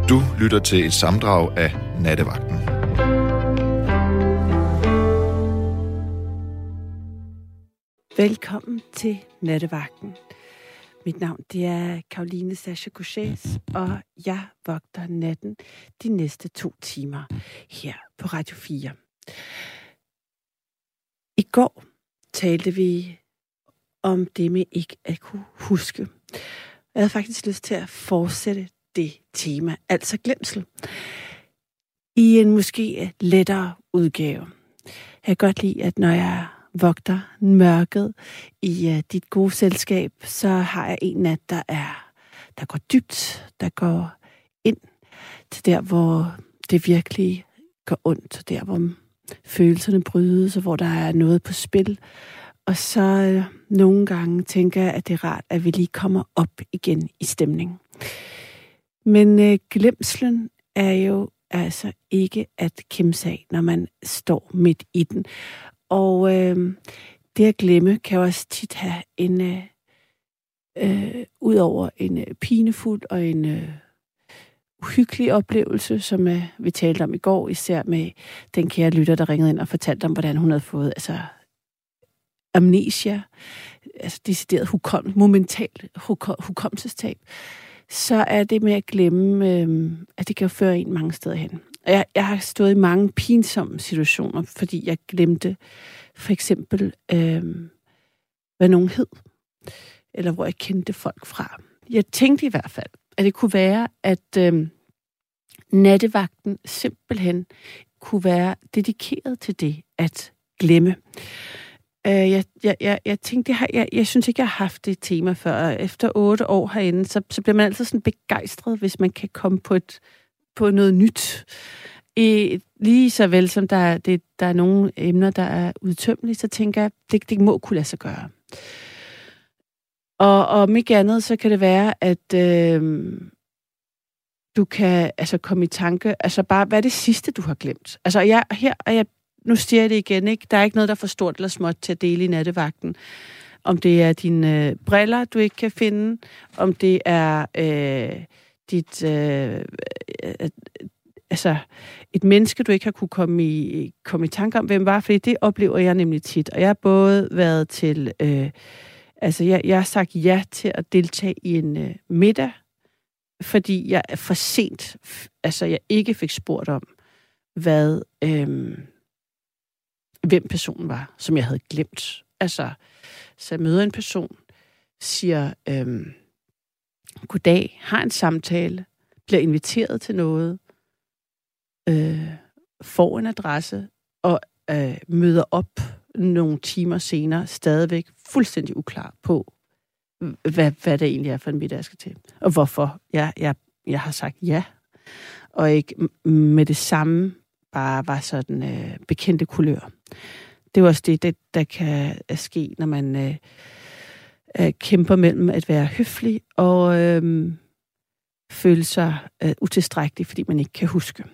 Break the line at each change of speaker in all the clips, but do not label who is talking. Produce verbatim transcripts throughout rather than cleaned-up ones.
Du lytter til et sammendrag af Nattevagten.
Velkommen til Nattevagten. Mit navn det er Caroline Sascha Couchés, og jeg vogter natten de næste to timer her på Radio fire. I går talte vi om det med ikke at kunne huske. Jeg havde faktisk lyst til at fortsætte det tema, altså glemsel, i en måske lettere udgave. Jeg kan godt lide, at når jeg vogter mørket i uh, dit gode selskab, så har jeg en nat, der er, der går dybt, der går ind til der, hvor det virkelig går ondt, der hvor følelserne brydes, og hvor der er noget på spil. Og så uh, nogle gange tænker jeg, at det er rart, at vi lige kommer op igen i stemning. Men uh, glemslen er jo altså ikke at kimse af, når man står midt i den. Og øh, det at glemme kan jo også tit have en, øh, øh, ud over en øh, pinefuld og en øh, uhyggelig oplevelse, som øh, vi talte om i går, især med den kære lytter, der ringede ind og fortalte om, hvordan hun havde fået altså, amnesia, altså decideret hukom, momentalt hukom, hukommelsestab, så er det med at glemme, øh, at det kan føre en mange steder hen. Jeg, jeg har stået i mange pinsomme situationer, fordi jeg glemte for eksempel, øh, hvad nogen hed, eller hvor jeg kendte folk fra. Jeg tænkte i hvert fald, at det kunne være, at øh, nattevagten simpelthen kunne være dedikeret til det at glemme. Øh, jeg, jeg, jeg, jeg tænkte, jeg, jeg, jeg synes ikke, jeg har haft det tema før. Efter otte år herinde, så, så bliver man altid sådan begejstret, hvis man kan komme på et på noget nyt. I, lige så vel som der er, det, der er nogle emner, der er udtømmelige, så tænker jeg, det, det må kunne lade sig gøre. Og, og om ikke andet, så kan det være, at øh, du kan altså komme i tanke, altså bare, hvad er det sidste, du har glemt? Altså jeg, her, og jeg, nu siger jeg det igen, ikke? Der er ikke noget, der er for stort eller småt til at dele i nattevagten. Om det er dine øh, briller, du ikke kan finde, om det er øh, dit, øh, øh, altså et menneske, du ikke har kunne komme i, komme i tanke om, hvem var, fordi det oplever jeg nemlig tit. Og jeg har både været til, øh, altså jeg, jeg har sagt ja til at deltage i en øh, middag, fordi jeg er for sent, altså jeg ikke fik spurgt om, hvad, øh, hvem personen var, som jeg havde glemt. Altså, så jeg møder en person, siger, øh, goddag, har en samtale, bliver inviteret til noget, øh, får en adresse og øh, møder op nogle timer senere, stadigvæk fuldstændig uklar på, hvad, hvad det egentlig er for en middag, jeg skal til. Og hvorfor jeg, jeg, jeg har sagt ja, og ikke med det samme bare var sådan øh, bekendte kulør. Det er også det, det, der kan ske, når man øh, øh, kæmper mellem at være høflig og øh, føle sig øh, utilstrækkelig, fordi man ikke kan huske.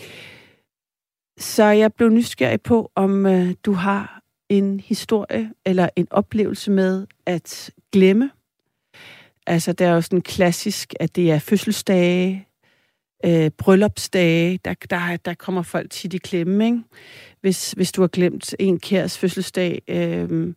Så jeg blev nysgerrig på, om øh, du har en historie eller en oplevelse med at glemme. Altså, der er jo sådan klassisk, at det er fødselsdage, øh, bryllupsdage, der, der, der kommer folk tit i klemme, ikke? Hvis, hvis du har glemt en kærs fødselsdag, øh,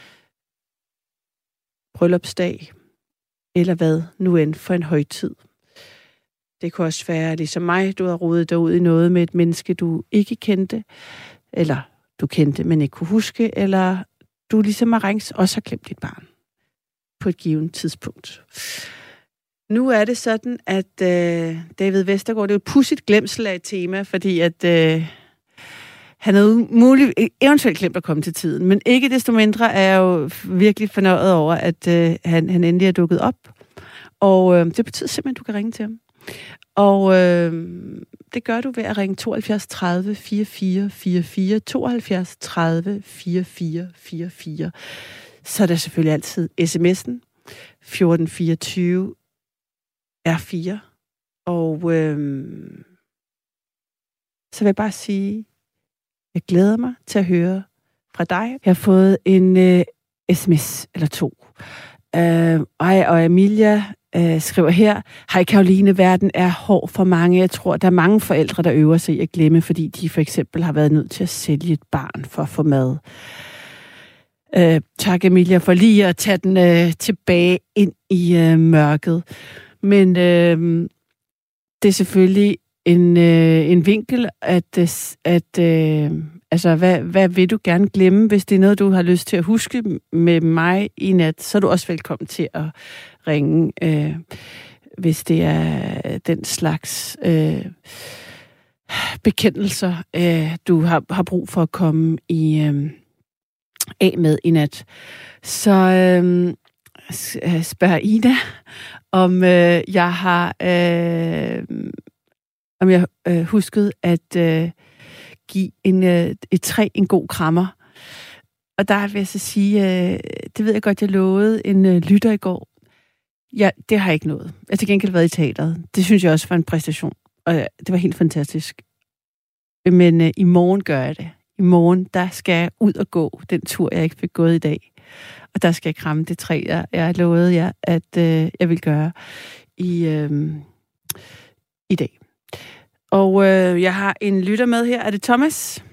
bryllupsdag, eller hvad nu end for en højtid. Det kunne også være, ligesom mig, du har rodet dig ud i noget med et menneske, du ikke kendte, eller du kendte, men ikke kunne huske, eller du ligesom Marengs også har glemt dit barn på et givet tidspunkt. Nu er det sådan, at øh, David Vestergaard, det er jo et pudsigt glemsel af et tema, fordi at øh, han havde muligt, eventuelt glemt at komme til tiden, men ikke desto mindre er jeg jo virkelig fornøjet over, at øh, han, han endelig er dukket op. Og øh, det betyder simpelthen, at du kan ringe til ham. Og øh, det gør du ved at ringe tooghalvfjerds tredive fireogfyrre fireogfyrre, tooghalvfjerds tredive fireogfyrre fireogfyrre. Så er der selvfølgelig altid sms'en, fjorten fireogtyve R fire. Og øh, så vil jeg bare sige, jeg glæder mig til at høre fra dig. Jeg har fået en øh, sms eller to. Øh, ej, og Emilia, øh, skriver her, hej Karoline, verden er hård for mange. Jeg tror, der er mange forældre, der øver sig i at glemme, fordi de for eksempel har været nødt til at sælge et barn for at få mad. Øh, tak Emilia for lige at tage den øh, tilbage ind i øh, mørket. Men øh, det er selvfølgelig en, øh, en vinkel, at, at øh, altså, hvad, hvad vil du gerne glemme? Hvis det er noget, du har lyst til at huske med mig i nat, så er du også velkommen til at ringe, øh, hvis det er den slags øh, bekendelser, øh, du har, har brug for at komme i øh, af med i nat. Så øh, spørger Ida, om øh, jeg har øh, om jeg øh, huskede at øh, give en, øh, et træ en god krammer. Og der vil jeg så sige, øh, det ved jeg godt, jeg lovede en øh, lytter i går. Ja, det har jeg ikke nået. Jeg har til gengæld været i teateret. Det synes jeg også var en præstation. Og øh, det var helt fantastisk. Men øh, i morgen gør jeg det. I morgen, der skal jeg ud og gå den tur, jeg ikke fik gået i dag. Og der skal jeg kramme det træ, jeg, jeg lovede jer, at øh, jeg vil gøre i, øh, i dag. Og øh, jeg har en lytter med her. Er det Thomas?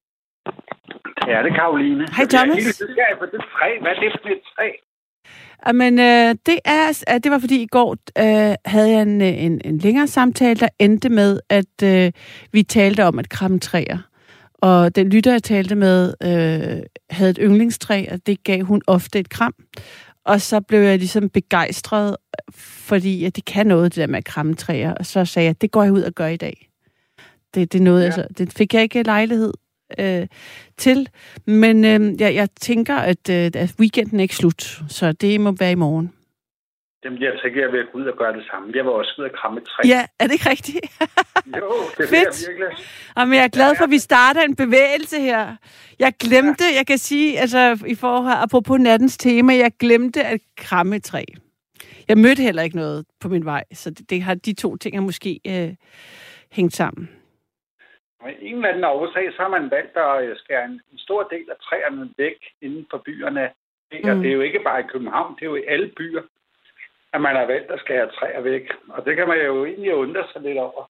Ja, det er Karoline.
Hej Thomas.
Jeg er helt nysgerrig på det træ. Hvad er det for et træ?
Jamen, øh, det, er, det var fordi i går øh, havde jeg en, en, en længere samtale, der endte med, at øh, vi talte om at kramme træer. Og den lytter, jeg talte med, øh, havde et yndlingstræ, og det gav hun ofte et kram. Og så blev jeg ligesom begejstret, fordi at det kan noget, det der med at kramme træer. Og så sagde jeg, det går jeg ud og gør i dag. Det, det, er noget, ja. altså, det fik jeg ikke lejlighed øh, til. Men øh, jeg, jeg tænker, at, øh, at weekenden er ikke slut, så det må være i morgen.
Jamen, jeg tænker, jeg vil gå ud og gøre det samme. Jeg var også ud og kramme et træ.
Ja, er det ikke rigtigt?
Jo, det er jeg virkelig.
Jamen, jeg er glad for, at vi starter en bevægelse her. Jeg glemte, ja. jeg kan sige, altså i forhold apropos nattens tema, jeg glemte at kramme et træ. Jeg mødte heller ikke noget på min vej, så det, det har de to ting har måske øh, hængt sammen.
Med en eller anden årsag, så har man valgt at skære en, en stor del af træerne væk inden for byerne. Mm. Det er jo ikke bare i København, det er jo i alle byer, at man har valgt at skære træer væk. Og det kan man jo egentlig undre sig lidt over.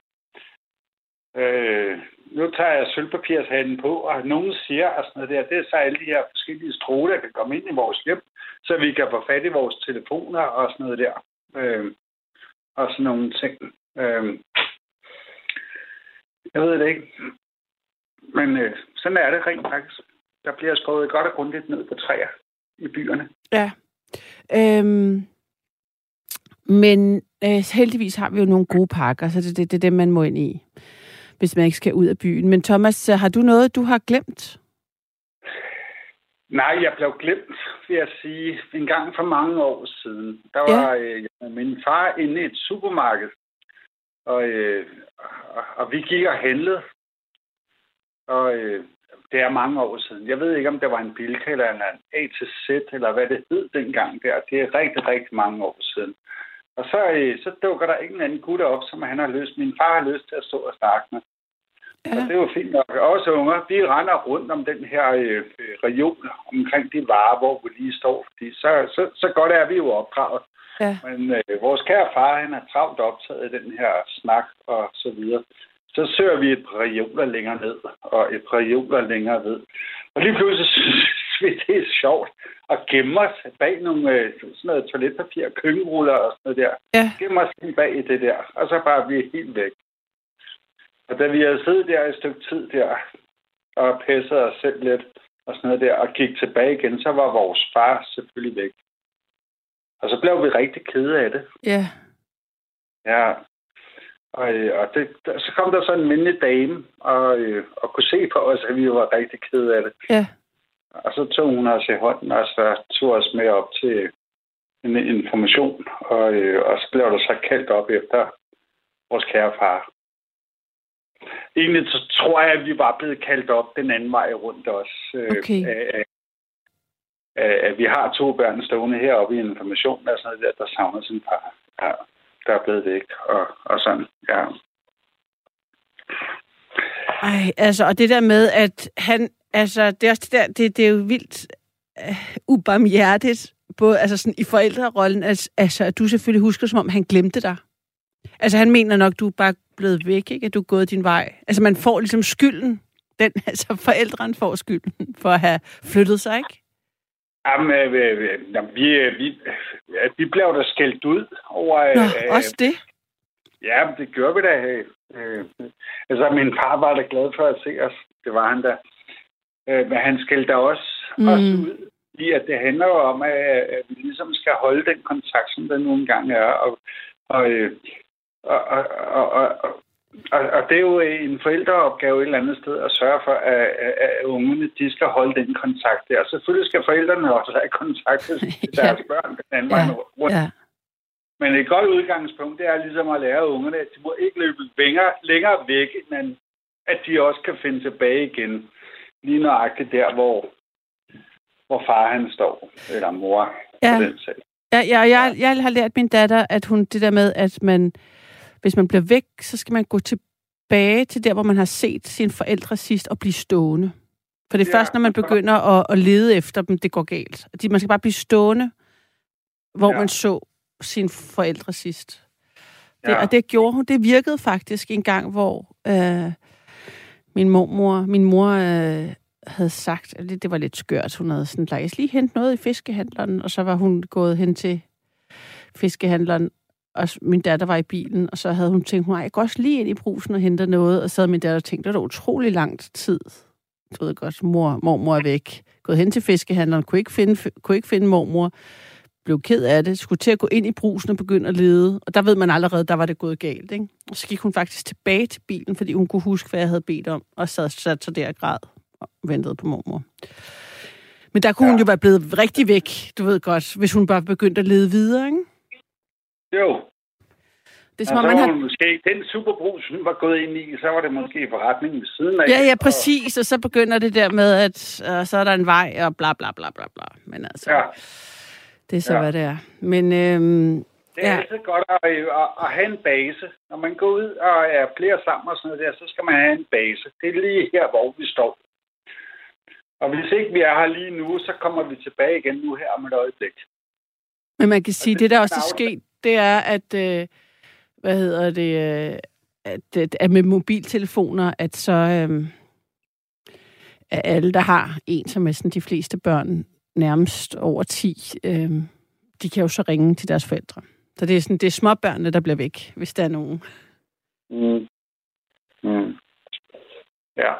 Øh, nu tager jeg sølvpapirshatten på, og nogen siger, at sådan noget der, det er så alle de her forskellige stråler, der kan komme ind i vores hjem, så vi kan få fat i vores telefoner og sådan noget der. Øh, og sådan nogle ting. Øh, jeg ved det ikke. Men øh, sådan er det rent faktisk. Der bliver skåret godt og grundigt ned på træer i byerne.
Ja. Øhm, men øh, heldigvis har vi jo nogle gode parker, så det, det, det er det, man må ind i, hvis man ikke skal ud af byen. Men Thomas, har du noget, du har glemt?
Nej, jeg blev glemt, vil jeg sige, en gang for mange år siden. Der var ja. øh, min far inde i et supermarked, og, øh, og, og vi gik og handlede. Og øh, det er mange år siden. Jeg ved ikke, om det var en Bilka eller en A til Z, eller hvad det hed dengang der. Det er rigtig, rigtig mange år siden. Og så, øh, så dukker der ikke en anden gut op, som han har lyst. Min far har lyst til at stå og snakke med. Ja. Og det var fint nok. Også unger, vi render rundt om den her øh, reol omkring de varer, hvor vi lige står. Fordi så, så, så godt er vi jo opdraget. Ja. Men øh, vores kære far, han er travlt optaget i den her snak og så videre. Så søger vi et par reoler længere ned, og et par reoler længere ned. Og lige pludselig synes vi, det er sjovt at gemme os bag nogle øh, sådan noget toiletpapir, køkkenruller og sådan noget der. Ja. Gemme os bag i det der, og så bare vi er helt væk. Og da vi havde siddet der et stykke tid der, og pæsset os selv lidt, og sådan noget der, og gik tilbage igen, så var vores far selvfølgelig væk. Og så blev vi rigtig kede af det.
Ja.
Ja. Og, og det, så kom der så en mindelig dame, og, og kunne se på os, at vi var rigtig kede af det.
Ja.
Og så tog hun os i hånden, og så tog os med op til en information, og, og så blev der så kaldt op efter vores kære far. Egentlig så tror jeg, at vi var blevet kaldt op den anden vej rundt os.
Okay.
Af, af, af, vi har to børn stående heroppe i informationen, og sådan noget der, der savner sin far. Ja. Der er blevet væk, og, og sådan, ja.
Ej, altså, og det der med, at han, altså, det er, også det, der, det, det er jo vildt uh, ubarmhjertigt både altså sådan, i forældrerollen, altså, altså at du selvfølgelig husker, som om han glemte dig. Altså han mener nok, du er bare blevet væk, ikke? At du er gået din vej. Altså man får ligesom skylden. Den, altså forældrene får skylden for at have flyttet sig, ikke?
Jamen, øh, øh, vi, vi, ja, vi blev da skældt ud over...
Nå,
øh,
også det?
Ja, det gjorde vi da. Øh, altså, min far var da glad for at se os. Det var han da. Øh, men han skældte også, mm. også ud i, at det handler jo om, at, at vi ligesom skal holde den kontakt, som der nu engang er. Og, og, og, og, og, og, og, og det er jo en forældreopgave et eller andet sted at sørge for, at, at ungerne de skal holde den kontakt der. Selvfølgelig skal forældrene også have kontakt til deres ja. børn den anden vej rundt. Ja. Men et godt udgangspunkt, det er ligesom at lære ungerne, at de må ikke løbe længere, længere væk, men at de også kan finde tilbage igen. Lige nøjagtigt der, hvor, hvor far han står, eller mor
ja.
på den sag.
Ja, ja, og jeg, jeg har lært min datter, at hun det der med, at man, hvis man bliver væk, så skal man gå tilbage til der, hvor man har set sine forældre sidst og blive stående. For det er ja. først, når man begynder at, at lede efter dem, det går galt. Man skal bare blive stående, hvor ja. man så sine forældre sidst. Det, ja. Og det gjorde hun. Det virkede faktisk en gang, hvor øh, min mormor, min mor øh, havde sagt, at det, det var lidt skørt. Hun havde sådan, lad os lige hente noget i fiskehandleren, og så var hun gået hen til fiskehandleren, og min datter var i bilen, og så havde hun tænkt, nej, jeg går også lige ind i brusen og henter noget, og så havde min datter tænkt, det var utrolig lang tid. Du ved godt, mor, mormor er væk. Gået hen til fiskehandleren, kunne ikke finde, kunne ikke finde mormor, blev ked af det, skulle til at gå ind i brusen og begynde at lede, og der ved man allerede, der var det gået galt, ikke? Og så gik hun faktisk tilbage til bilen, fordi hun kunne huske, hvad jeg havde bedt om, og sad sat sig der og græd og ventede på mormor. Men der kunne ja. hun jo være blevet rigtig væk, du ved godt, hvis hun bare begyndte at lede videre, ikke?
Jo.
Det er som om, man har...
måske, den superbrus, hun var gået ind i, så var det måske forretningen ved siden af.
Ja, ja, præcis, og så begynder det der med, at uh, så er der en vej, og bla, bla, bla, bla, bla. Men altså... Ja. Det er så, ja. hvad det er. Men, øhm,
det er ja. altid godt at, at, at have en base. Når man går ud og er flere sammen og sådan noget der, så skal man have en base. Det er lige her, hvor vi står. Og hvis ikke vi er her lige nu, så kommer vi tilbage igen nu her om et øjeblik.
Men man kan sige, at det, det der også er sket, det er, at, øh, hvad hedder det, øh, at, at, at med mobiltelefoner, at så øh, at alle, der har en, som er sådan de fleste børn, nærmest over ti, øh, de kan jo så ringe til deres forældre. Så det er sådan, det er småbørnene, der bliver væk, hvis der er nogen.
Mm. Mm. Ja.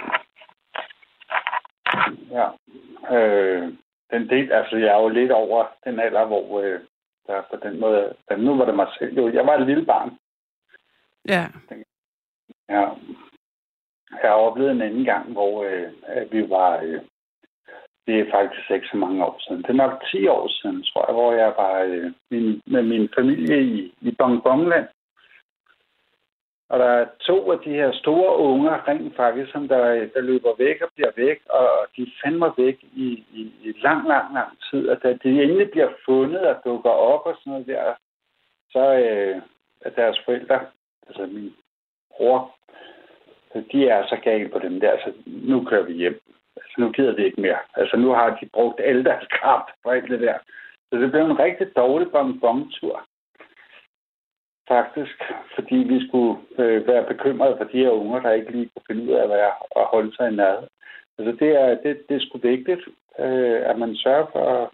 Ja. Øh, den del, altså jeg er jo lidt over den alder, hvor øh, der på den måde, der, nu var det mig selv jo, jeg var et lille barn.
Ja.
Ja. Jeg har oplevet en anden gang, hvor øh, vi var... Øh, Det er faktisk ikke så mange år siden. Det er nok ti år siden, tror jeg, hvor jeg var øh, min, med min familie i, i Bongbongland. Og der er to af de her store unger, rent faktisk, som der, der løber væk og bliver væk. Og de er fandme væk i, i, i lang, lang, lang tid. Og da de endelig bliver fundet og dukker op og sådan noget der, så øh, er deres forældre, altså min bror, de er så gale på dem der, så nu kører vi hjem. Altså, nu gider det ikke mere. Altså, nu har de brugt alle deres kraft på alt det der. Så det blev en rigtig dårlig bonbon-tur. Faktisk. Fordi vi skulle øh, være bekymrede for de her unger, der ikke lige kunne finde ud af at, være, at holde sig i nærheden. Altså, det er, det, det er sgu vigtigt, øh, at man sørger for at,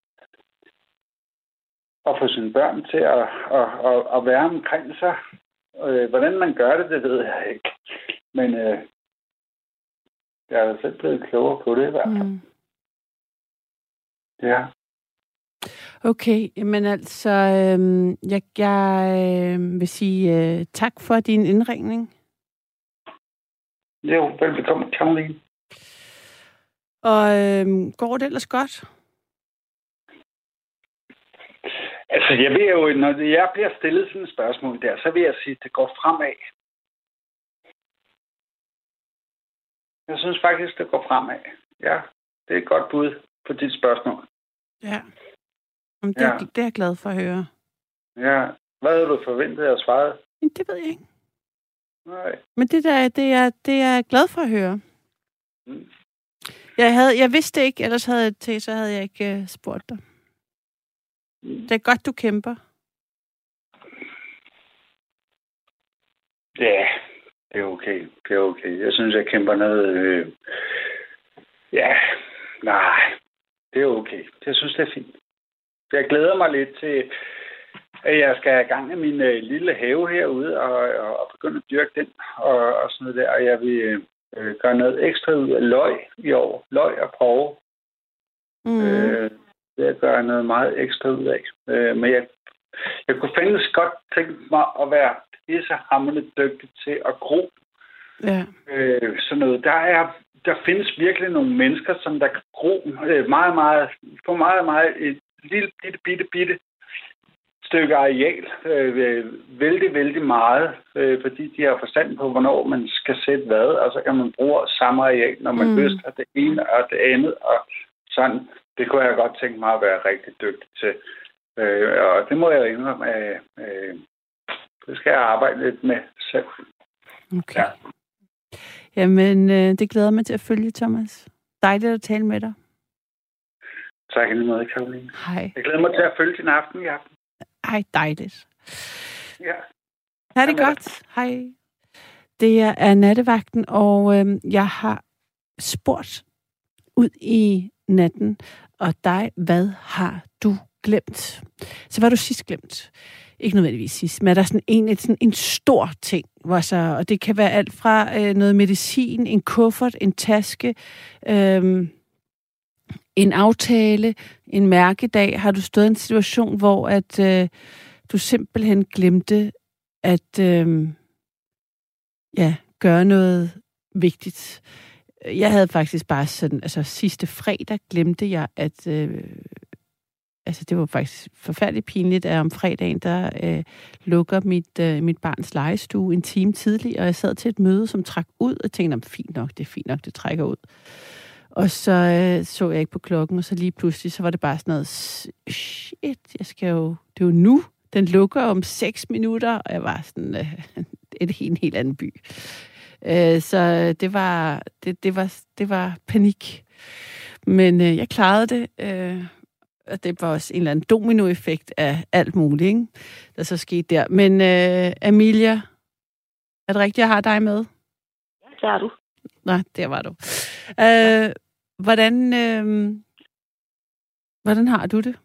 at få sine børn til at, at, at, at være omkring sig. Øh, hvordan man gør det, det ved jeg ikke. Men... Øh, Jeg er selv blevet klogere på det i hvert fald. Mm. Ja.
Okay, men altså, øh, jeg, jeg øh, vil sige øh, tak for din indringning.
Jo, velbekomme, Karoline.
Og øh, går det ellers godt?
Altså, jeg ved jo, når jeg bliver stillet sådan et spørgsmål der, så vil jeg sige, at det går fremad. Jeg synes faktisk, det går fremad. Ja, det er et godt bud på dit spørgsmål.
Ja, Jamen, det, ja. Er, det er jeg glad for at høre.
Ja, hvad havde du forventet at svare?
Det ved jeg ikke.
Nej.
Men det der, det er, det er jeg glad for at høre. Mm. Jeg, havde, jeg vidste det ikke, ellers havde jeg, til, så havde jeg ikke uh, spurgt dig. Det er godt, du kæmper.
Ja, det er okay. Det er okay. Jeg synes, jeg kæmper noget... Øh... Ja, nej. Det er okay. Jeg synes, det er fint. Jeg glæder mig lidt til, at jeg skal have gang i min øh, lille have herude og, og, og begynde at dyrke den og, og sådan noget der. Og jeg vil øh, gøre noget ekstra ud af løg i år. Løg og porre. Mm. Øh, det er gøre noget meget ekstra ud af. Øh, men jeg, jeg kunne faktisk godt tænke mig at være pissehamrende dygtig til at gro.
Ja.
Øh, sådan noget. Der er der findes virkelig nogle mennesker, som der kan gro øh, meget, meget, på meget, meget et lille, bitte, bitte, bitte stykke areal. Øh, vældig, vældig meget, øh, fordi de har forstand på, hvornår man skal sætte hvad, og så kan man bruge samme areal, når man mm. høster det ene og det andet, og sådan. Det kunne jeg godt tænke mig at være rigtig dygtig til. Øh, og det må jeg jo indrømme, øh, øh, det skal jeg arbejde lidt med selv.
Okay. Ja. Jamen, øh, det glæder mig til at følge, Thomas. Dejligt at tale med dig.
Tak i lige måde, Karoline.
Hej.
Jeg glæder mig til at følge din aften i aften.
Hej, dejligt.
Ja.
Ha' det godt. Hej. Det er nattevagten, og øh, jeg har spurgt ud i natten, og dig, hvad har du glemt? Så hvad har du sidst glemt? Ikke nødvendigvis sidst, men er der sådan en, sådan en stor ting, hvor så, og det kan være alt fra øh, noget medicin, en kuffert, en taske, øh, en aftale, en mærkedag. Har du stået i en situation, hvor at øh, du simpelthen glemte at øh, ja, gøre noget vigtigt? Jeg havde faktisk bare sådan, altså sidste fredag glemte jeg, at øh, altså det var faktisk forfærdeligt pinligt, at om fredagen, der øh, lukker mit, øh, mit barns legestue en time tidlig, og jeg sad til et møde, som trak ud, og tænkte, fint nok, det er fint nok, det trækker ud. Og så øh, så jeg ikke på klokken, og så lige pludselig, så var det bare sådan noget, shit, jeg skal jo, det er jo nu, den lukker om seks minutter, og jeg var sådan, øh, et helt, helt anden by. Øh, så det var, det, det var, det var panik. Men øh, jeg klarede det, øh, og det var også en eller anden dominoeffekt af alt muligt, ikke? Der så skete der. Men øh, Amelia, er det rigtigt, jeg har dig med?
Ja, det er du.
Nej, der var du. Øh, hvordan, øh, hvordan har du det?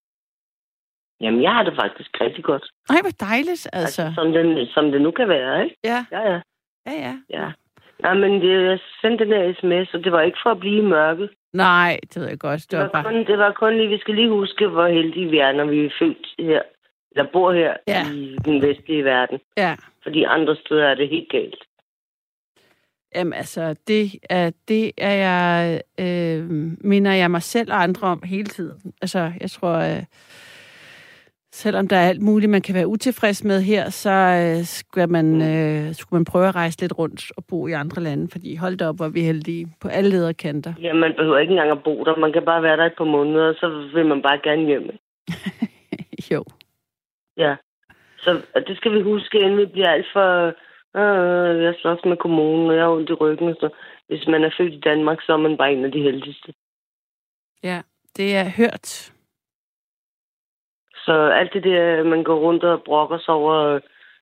Jamen, jeg har det faktisk rigtig godt.
Ej, hvor dejligt, altså.
altså som, den, som det nu kan være, ikke?
Ja.
Ja, ja.
Ja, ja.
ja. Nej, men det, jeg sendte den her sms, og det var ikke for at blive i mørket.
Nej, det ved jeg godt. Det,
det,
var
var
bare...
kun, det var kun lige, vi skal lige huske, hvor heldige vi er, når vi er født her, eller bor her
ja.
i den vestlige verden.
Ja.
Fordi andre steder er det helt galt.
Jamen altså, det er, det er jeg, øh, minder jeg mig selv og andre om hele tiden. Altså, jeg tror, øh, selvom der er alt muligt, man kan være utilfreds med her, så øh, skal man, øh, skulle man prøve at rejse lidt rundt og bo i andre lande, fordi hold da op, hvor vi heldige på alle lederkanter.
Ja, man behøver ikke engang at bo der. Man kan bare være der et par måneder, og så vil man bare gerne hjem.
Jo.
Ja, så det skal vi huske, inden vi bliver alt for... Øh, jeg slås med kommunen, og jeg har ondt i ryggen. Så hvis man er født i Danmark, så er man bare en af de heldigste.
Ja, det er hørt.
Så alt det der, man går rundt og brokker sig over,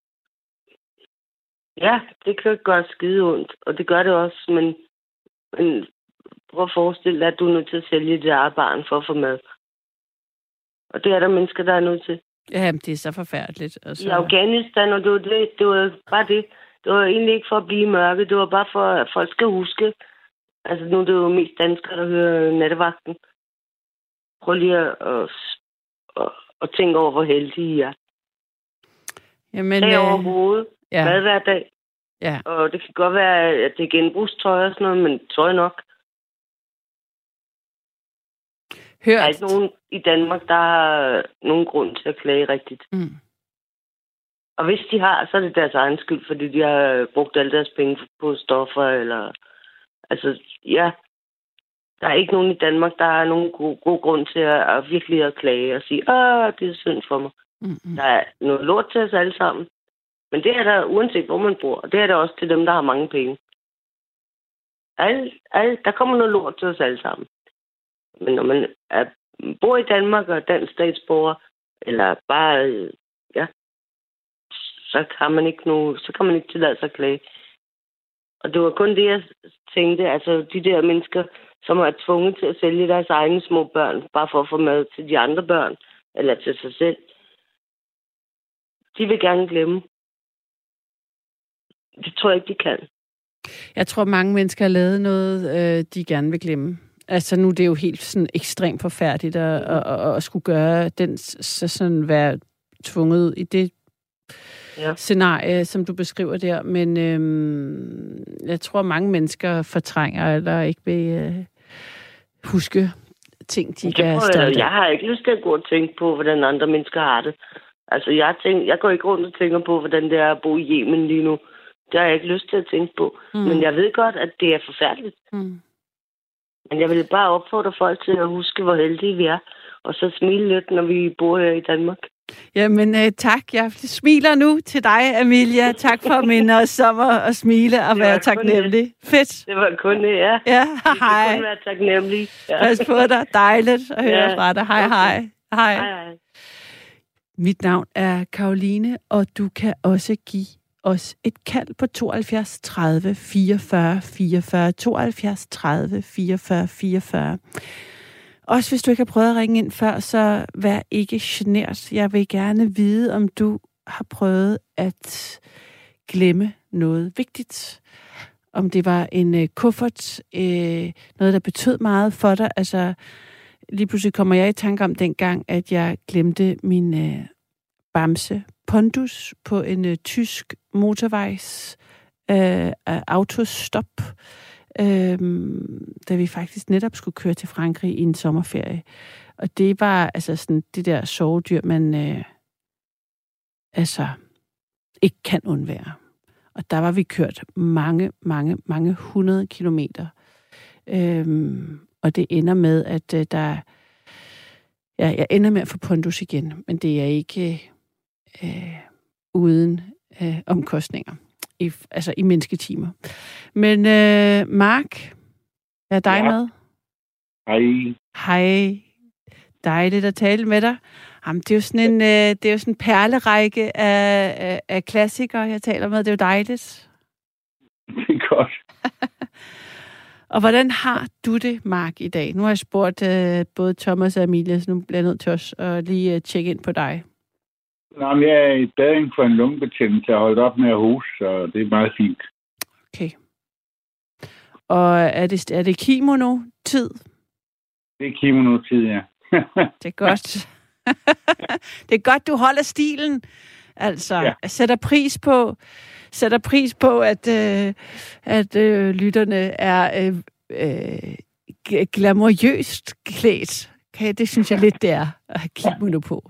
ja, det kan gøre skide ondt. Og det gør det også, men, men prøv at forestille dig, at du er nødt til at sælge dit eget barn for at få mad. Og det er der mennesker, der er nødt til.
Ja, det er så forfærdeligt. Altså...
I Afghanistan, og det var, det, det var bare det. Det var egentlig ikke for at blive mørke. Det var bare for, at folk skal huske. Altså nu er det jo mest danskere, der hører nattevagten. Prøv lige at, at, at, at tænke over, hvor heldige I er.
Jamen,
Tag over hovedet.
Ja.
Mad hver dag.
Ja.
Og det kan godt være, at det er genbrugstøj og sådan noget, men tøj nok.
Hørt.
Der er ikke nogen i Danmark, der har nogen grund til at klage rigtigt.
Mm.
Og hvis de har, så er det deres egen skyld, fordi de har brugt alle deres penge på stoffer, eller... Altså, ja. Der er ikke nogen i Danmark, der har nogen god, god grund til at, at virkelig at klage og sige, åh, det er synd for mig.
Mm-hmm.
Der er noget lort til os alle sammen. Men det er der, uanset hvor man bor, og det er der også til dem, der har mange penge. Alle, alle, der kommer noget lort til os alle sammen. Men når man er bor i Danmark og er dansk statsborger, eller bare, øh, ja, så kan man ikke nu, så kan man ikke tillade sig at klage. Og det var kun det, jeg tænkte, altså de der mennesker, som er tvunget til at sælge deres egne små børn, bare for at få mad til de andre børn, eller til sig selv. De vil gerne glemme. Det tror jeg ikke, de kan.
Jeg tror, mange mennesker har lavet noget, øh, de gerne vil glemme. Altså nu det er det jo helt sådan ekstremt forfærdeligt at, at, at, at skulle gøre den, så sådan være tvunget i det ja. scenarie, som du beskriver der. Men øhm, jeg tror, mange mennesker fortrænger eller ikke vil øh, huske ting, de kan stolte af.
Jeg har ikke lyst til at gå og tænke på, hvordan andre mennesker har det. Altså jeg, tænker, jeg går ikke rundt og tænker på, hvordan det er at bo i Yemen lige nu. Det har jeg ikke lyst til at tænke på. Mm. Men jeg ved godt, at det er forfærdeligt. Mm. Men jeg vil bare opfordre folk til at huske, hvor heldige vi er. Og så smile lidt, når vi bor her i Danmark.
Jamen øh, tak. Jeg smiler nu til dig, Amelia. Tak for at minde os om at smile og være taknemmelig. Fedt.
Det var kun det, ja.
Ja,
hej. Det kun være taknemmelig. Ja.
Pas på dig. Dejligt at høre ja. fra dig. Hej, okay. hej. Hej. Hej, hej. Mit navn er Karoline, og du kan også give os et kald på tooghalvfjerds tredive fireogfyrre fireogfyrre, tooghalvfjerds tredive fireogfyrre fireogfyrre. Også hvis du ikke har prøvet at ringe ind før, så vær ikke genert. Jeg vil gerne vide, om du har prøvet at glemme noget vigtigt. Om det var en øh, kuffert, øh, noget der betød meget for dig. Altså, lige pludselig kommer jeg i tanke om dengang, at jeg glemte min øh, bamse Pondus på en øh, tysk motorvejs øh, autostop, øh, da vi faktisk netop skulle køre til Frankrig i en sommerferie. Og det var altså sådan det der sovedyr, man øh, altså ikke kan undvære. Og der var vi kørt mange, mange, mange hundrede kilometer. Øh, og det ender med, at øh, der ja, jeg ender med at få Pondus igen, men det er ikke øh, uden øh, omkostninger, i, altså i mennesketimer. Men øh, Mark, er dig ja. med?
Hej.
Hej. Dejligt at tale med dig. Jamen, det er jo sådan en, øh, det er jo sådan en perlerække af, af, af klassikere, jeg taler med. Det er jo dejligt.
Det er godt.
Og hvordan har du det, Mark, i dag? Nu har jeg spurgt øh, både Thomas og Amelia, så nu bliver jeg nødt til os at lige øh, tjekke ind på dig.
Nå, men jeg er i badring for en lungebetændelse. Jeg har holdt op med at hoste, så det er meget fint.
Okay. Og er det, er det kimono-tid?
Det er kimono-tid, ja.
Det er godt. Det er godt, du holder stilen. Altså, ja. sætter pris på, sætter pris på, at, øh, at øh, lytterne er øh, øh, glamourøst klædt. Okay, det synes jeg lidt, det er at have kimono på.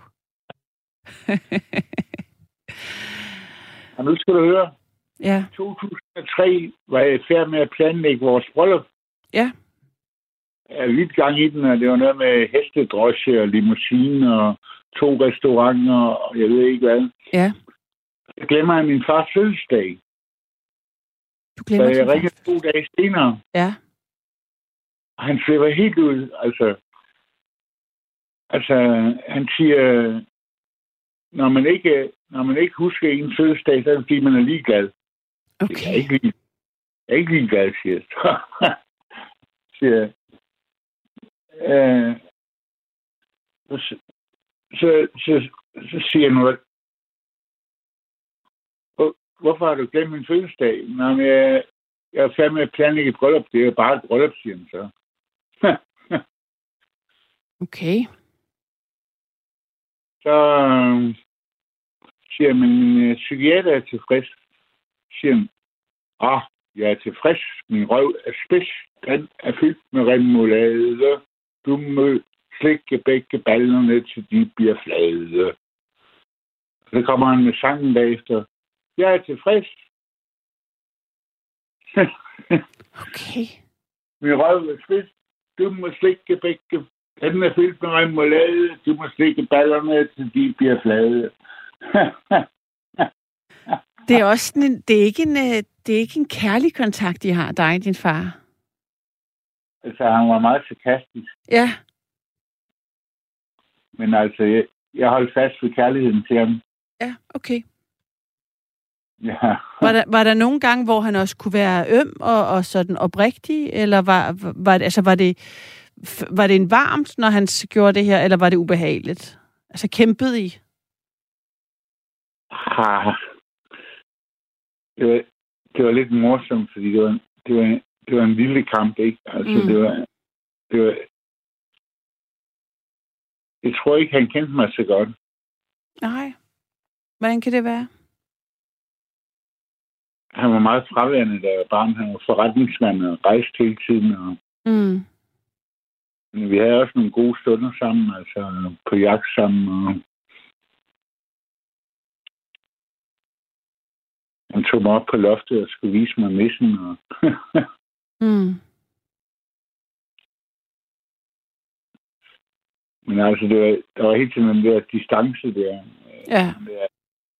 Og nu skal du høre.
Ja.
I to tusind og tre var jeg i færd med at planlægge vores bryllup.
Ja.
Jeg er lidt gang i den, og det var noget med hestedrosje og limousine og to restauranter, og jeg ved ikke hvad.
Ja.
Jeg glemmer min fars fødselsdag.
Du glemmer
så jeg ringer to dage senere.
Ja.
Og han flipper helt ud, altså. Altså, han siger, når man ikke, når man ikke husker en fødselsdag, så er det fordi, man er ligeglad.
Okay.
Jeg er ikke, lige, jeg er ikke ligeglad, siger jeg. siger øh, så, så, så, så siger han noget. Hvorfor har du glemt min fødselsdag? Nå, men jeg, jeg er færdig med at planlægge et bryllup. Det er jo bare et bryllup, siger han så.
Okay.
Så øh, siger min øh, psykiater er tilfreds. Siger han, ah, jeg er tilfreds. Min røv er spids. Den er fyldt med remoulade. Du må slikke begge ballerne, til de bliver flade. Så kommer han med sangen bagefter. Jeg er tilfreds.
Okay.
Min røv er spids. Du må slikke begge. Den er fyldt med remoulade. Du må slikke ballerne, til de bliver flade.
Det er også sådan en, det er ikke en, det er ikke en kærlig kontakt, I har, dig og din far.
Altså, han var meget sarkastisk.
Ja.
Men altså, jeg, jeg holdt fast ved kærligheden til ham.
Ja, okay.
Ja.
Var der, var der nogle gange, hvor han også kunne være øm og, og sådan oprigtig, eller var, var, altså var det var det en varmt, når han gjorde det her, eller var det ubehageligt? Altså kæmpede I?
Ah, det, var, det var lidt morsomt, fordi det var, det var, det var en lille kamp, ikke? Altså, mm. det var, det var... Jeg tror ikke, han kendte mig så godt. Nej.
Hvordan kan det være?
Han var meget fraværende, da jeg var barn. Han var forretningsmand og rejste hele tiden. Og...
Mm.
Men vi havde også nogle gode stunder sammen, altså på jagt sammen. Og... Han tog mig op på loftet og skulle vise mig missen. Og...
mm.
Men altså, det var, der var helt tiden den der distance der.
Ja.
Der.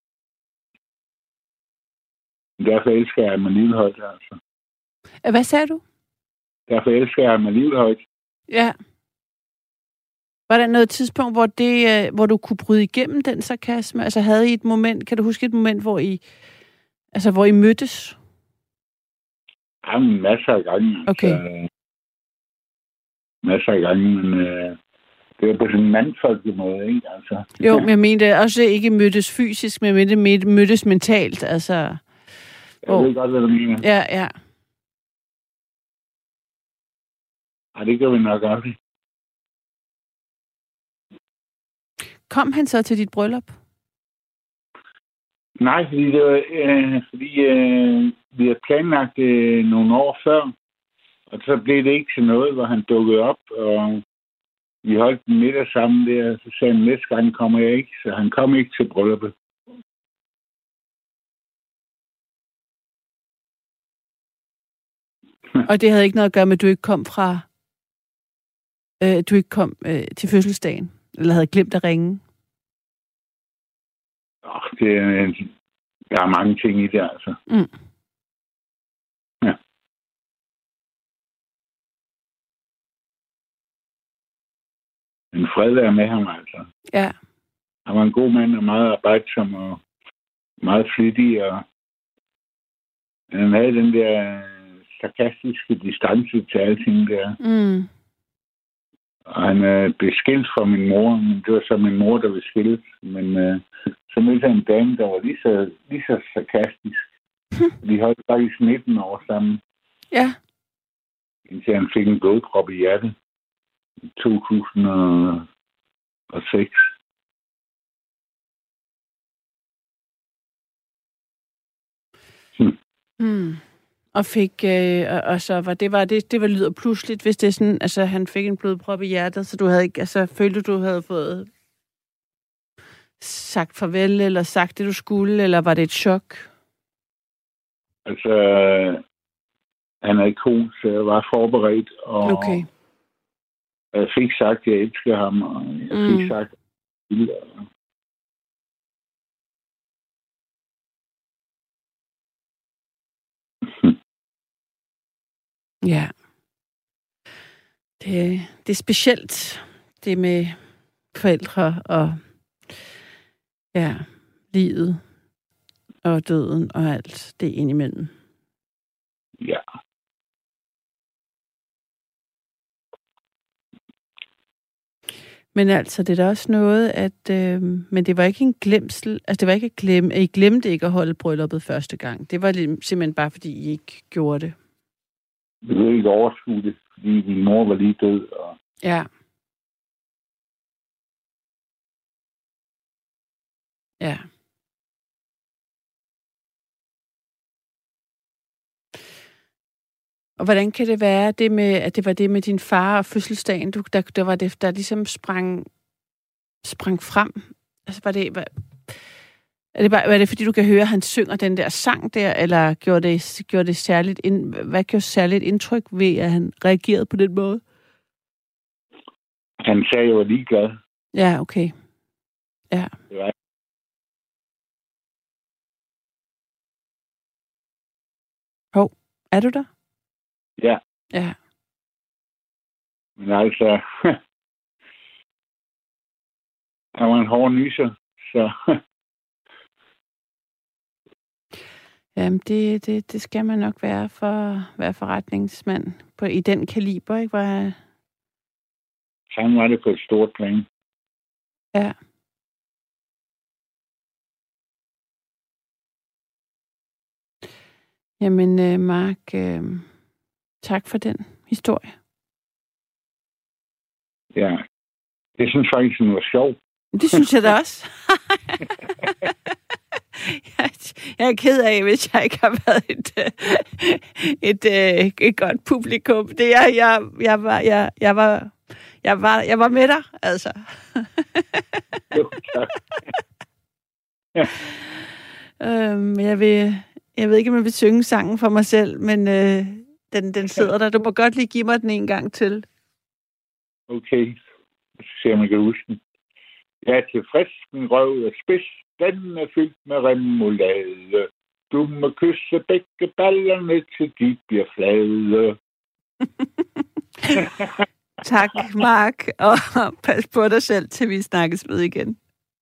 Derfor elsker jeg mig livhøjt, altså.
Hvad sagde du?
Derfor elsker jeg mig livhøjt.
Ja. Var der noget tidspunkt, hvor, det, hvor du kunne bryde igennem den sarkasme? Altså havde I et moment, kan du huske et moment, hvor I, altså, hvor I mødtes?
Jamen, masser af gange.
Okay.
Altså, masser af gange, men øh, det var på sådan en mandfolkelig måde, ikke? Altså.
Jo, men jeg mente også ikke mødtes fysisk, men jeg mente mødtes mentalt, altså...
Jeg ved godt, hvad du mener.
Ja, ja.
Ej, det gør vi nok også.
Kom han så til dit bryllup?
Nej, fordi, det var, øh, fordi øh, vi havde planlagt det øh, nogle år før, og så blev det ikke til noget, hvor han dukkede op, og vi holdt en middag sammen der, og så sagde han, næste gang kommer jeg ikke, så han kom ikke til brylluppet.
Og det havde ikke noget at gøre med, at du ikke kom fra, øh, du ikke kom øh, til fødselsdagen, eller havde glemt at ringe?
Oh, det, der er mange ting i det, altså.
Mm.
Ja. Men fred være med ham, altså.
Ja.
Han var en god mand, og meget arbejdsom, og meget flittig, og han havde den der sarkastiske distance til alting der.
Mm.
Og han øh, blev skilt fra min mor, men det var så min mor, der blev skilt. Men øh, så mødte han en dame, der var lige så, lige så sarkastisk. Vi holdt faktisk nitten år sammen.
Ja.
Indtil han fik en blodprop i hjertet i to tusind og seks.
Hmm. Hmm. Og fik, øh, og, og så var det, var det, det var lyder pludseligt, hvis det er sådan, altså han fik en blodprop i hjertet, så du havde ikke, altså følte du, havde fået sagt farvel, eller sagt det, du skulle, eller var det et chok?
Altså, han er ikon, så jeg var forberedt, og
okay.
Jeg fik sagt, at jeg elsker ham, og jeg fik mm. sagt, at jeg ville.
Ja. Det, det er specielt, det med forældre og ja, livet og døden og alt det indimellem.
Ja.
Men altså, det er da også noget, at... Øh, men det var ikke en glemsel... Altså, det var ikke at glemme... I glemte ikke at holde brylluppet første gang. Det var simpelthen bare, fordi I ikke gjorde det.
Vi kunne ikke overskue det, fordi min mor var lige død. Og...
Ja. Ja. Og hvordan kan det være, det med, at det var det med din far og fødselsdagen, du, der, der var det, der ligesom sprang, sprang frem? Altså, var det... Var, er det, bare, var det fordi, du kan høre, at han synger den der sang der, eller gjorde det, gjorde det særligt, ind, hvad gjorde særligt indtryk ved, at han reagerede på den måde?
Han sagde, at jeg var ligeglad.
Ja, okay. Ja.
Det var...
Hov, er du der?
Ja.
Ja.
Men altså... Han var en hård nyser, så...
Jamen, det, det, det skal man nok være for at være forretningsmand på, i den kaliber, ikke? Hvor...
Han var det på et stort plan.
Ja. Jamen, øh, Mark, øh, tak for den historie.
Ja, det synes faktisk, den var sjov.
Det synes jeg da også. jeg, jeg er ked af, hvis jeg ikke har været et, et, et, et godt publikum. Det jeg, jeg, jeg var, jeg, jeg var, jeg var, jeg var med dig, altså.
Jo, tak. Ja.
øhm, jeg vil, jeg ved ikke, om jeg vil synge sangen for mig selv, men øh, den, den sidder der. Du må godt lige give mig den en gang til.
Okay, så ser man kan huske den. Jeg er tilfreds, min røv er spids. Den er fyldt med remoulade. Du må kysse begge ballerne, til de bliver flade.
Tak, Mark, og pas på dig selv, til vi snakkes ved igen.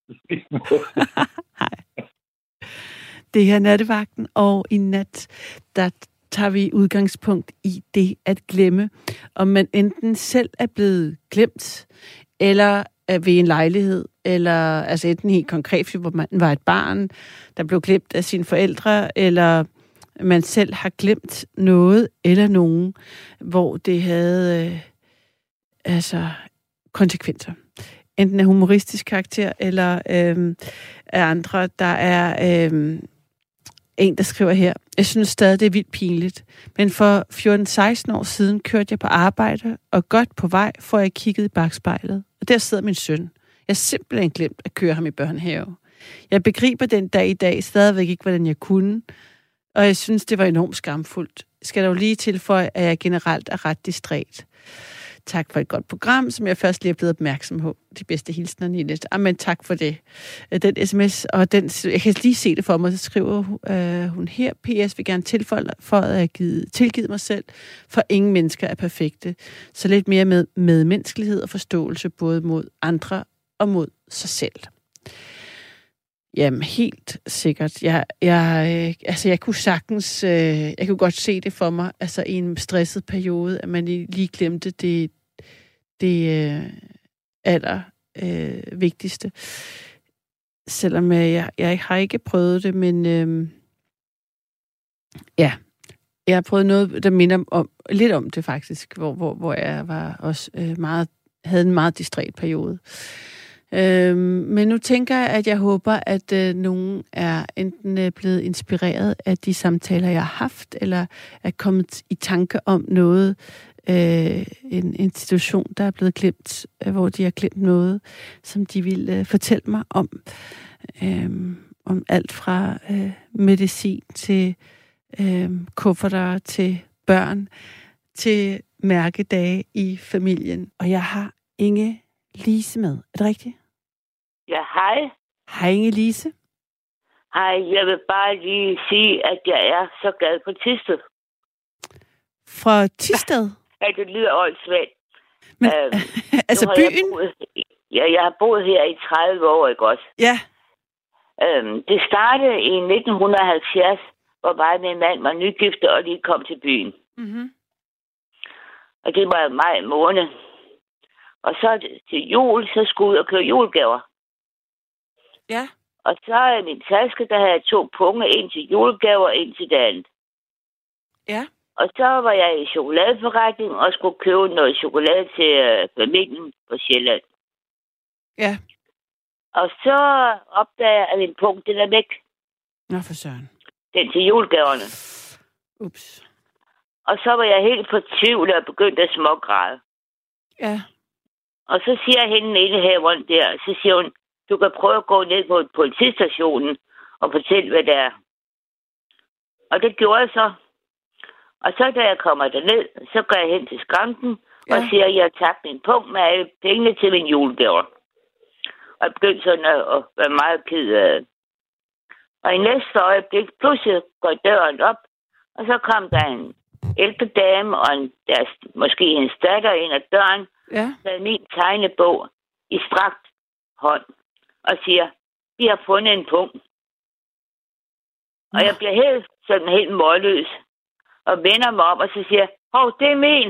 Hej. Det her er Nattevagten, og i nat, der tager vi udgangspunkt i det at glemme, om man enten selv er blevet glemt, eller er ved en lejlighed, eller altså enten helt konkret, hvor man var et barn, der blev glemt af sine forældre, eller man selv har glemt noget eller nogen, hvor det havde øh, altså konsekvenser. Enten af humoristisk karakter, eller øh, af andre. Der er øh, en, der skriver her: jeg synes stadig, det er vildt pinligt, men for fjorten seksten år siden kørte jeg på arbejde, og godt på vej, får jeg kigget i bagspejlet. Og der sidder min søn. Jeg har simpelthen glemt at køre ham i børnehave. Jeg begriber den dag i dag stadigvæk ikke, hvordan jeg kunne, og jeg synes, det var enormt skamfuldt. Skal der jo lige tilføje, at jeg generelt er ret distræt. Tak for et godt program, som jeg først lige er blevet opmærksom på. De bedste hilsner, Nina. Amen, tak for det. Den sms, og den, jeg kan lige se det for mig, så skriver øh, hun her: P S vil gerne tilføje, for at jeg har tilgivet mig selv, for ingen mennesker er perfekte. Så lidt mere med medmenneskelighed og forståelse, både mod andre og mod sig selv. Jamen, helt sikkert. Jeg, jeg, øh, altså, jeg kunne sagtens, øh, jeg kunne godt se det for mig, altså i en stresset periode, at man lige glemte det, det øh, aller øh, vigtigste. Selvom jeg, jeg har ikke prøvet det, men øh, ja, jeg har prøvet noget, der minder om, lidt om det faktisk, hvor, hvor, hvor jeg var også øh, meget, havde en meget distræt periode. Øhm, men nu tænker jeg, at jeg håber, at øh, nogen er enten øh, blevet inspireret af de samtaler, jeg har haft, eller er kommet i tanke om noget, øh, en institution, der er blevet glemt, øh, hvor de har glemt noget, som de vil øh, fortælle mig om. Øh, om alt fra øh, medicin til øh, kufferter, til børn, til mærkedage i familien. Og jeg har Inge Lise med. Er det rigtigt?
Ja, hej.
Hej, Inge Lise.
Hej, jeg vil bare lige sige, at jeg er så glad for Thisted.
Fra Thisted?
Ja, det lyder åndssvagt.
Men,
øhm,
altså byen?
Jeg boet, ja, jeg har boet her i tredive år, ikke også?
Ja.
Øhm, det startede i nitten halvfjerds, hvor mig og min mand var nygifte og lige kom til byen.
Mm-hmm.
Og det var maj måned. Og så til jul, så skulle jeg ud og købe julegaver.
Ja.
Og så i min taske, der havde jeg to punge, en til julegaver og en til det andet.
Ja.
Og så var jeg i chokoladeforretning og skulle købe noget chokolade til øh, familien på Sjælland.
Ja.
Og så opdagede jeg, at min punkt, den er væk.
Nå, for søren.
Den til julegaverne.
Ups.
Og så var jeg helt fortvivlet og begyndte at smågræde.
Ja.
Og så siger hende inde her rundt der, så siger hun, du kan prøve at gå ned på politistationen og fortælle, hvad det er. Og det gjorde jeg så. Og så da jeg kommer derned, så går jeg hen til skranken ja. og siger, at jeg har tabt min punkt med alle pengene til min julegaver. Og jeg begyndte sådan at, at være meget ked af det. Og i næste øjeblik, pludselig går døren op, og så kom der en ældre dame og en, deres, måske hendes datter ind ad døren,
ja.
med min tegnebog i strakt hånd. og siger, vi har fundet en pung. Og jeg bliver helt sådan helt målløs, og vender mig om, og så siger jeg, hov, det er min.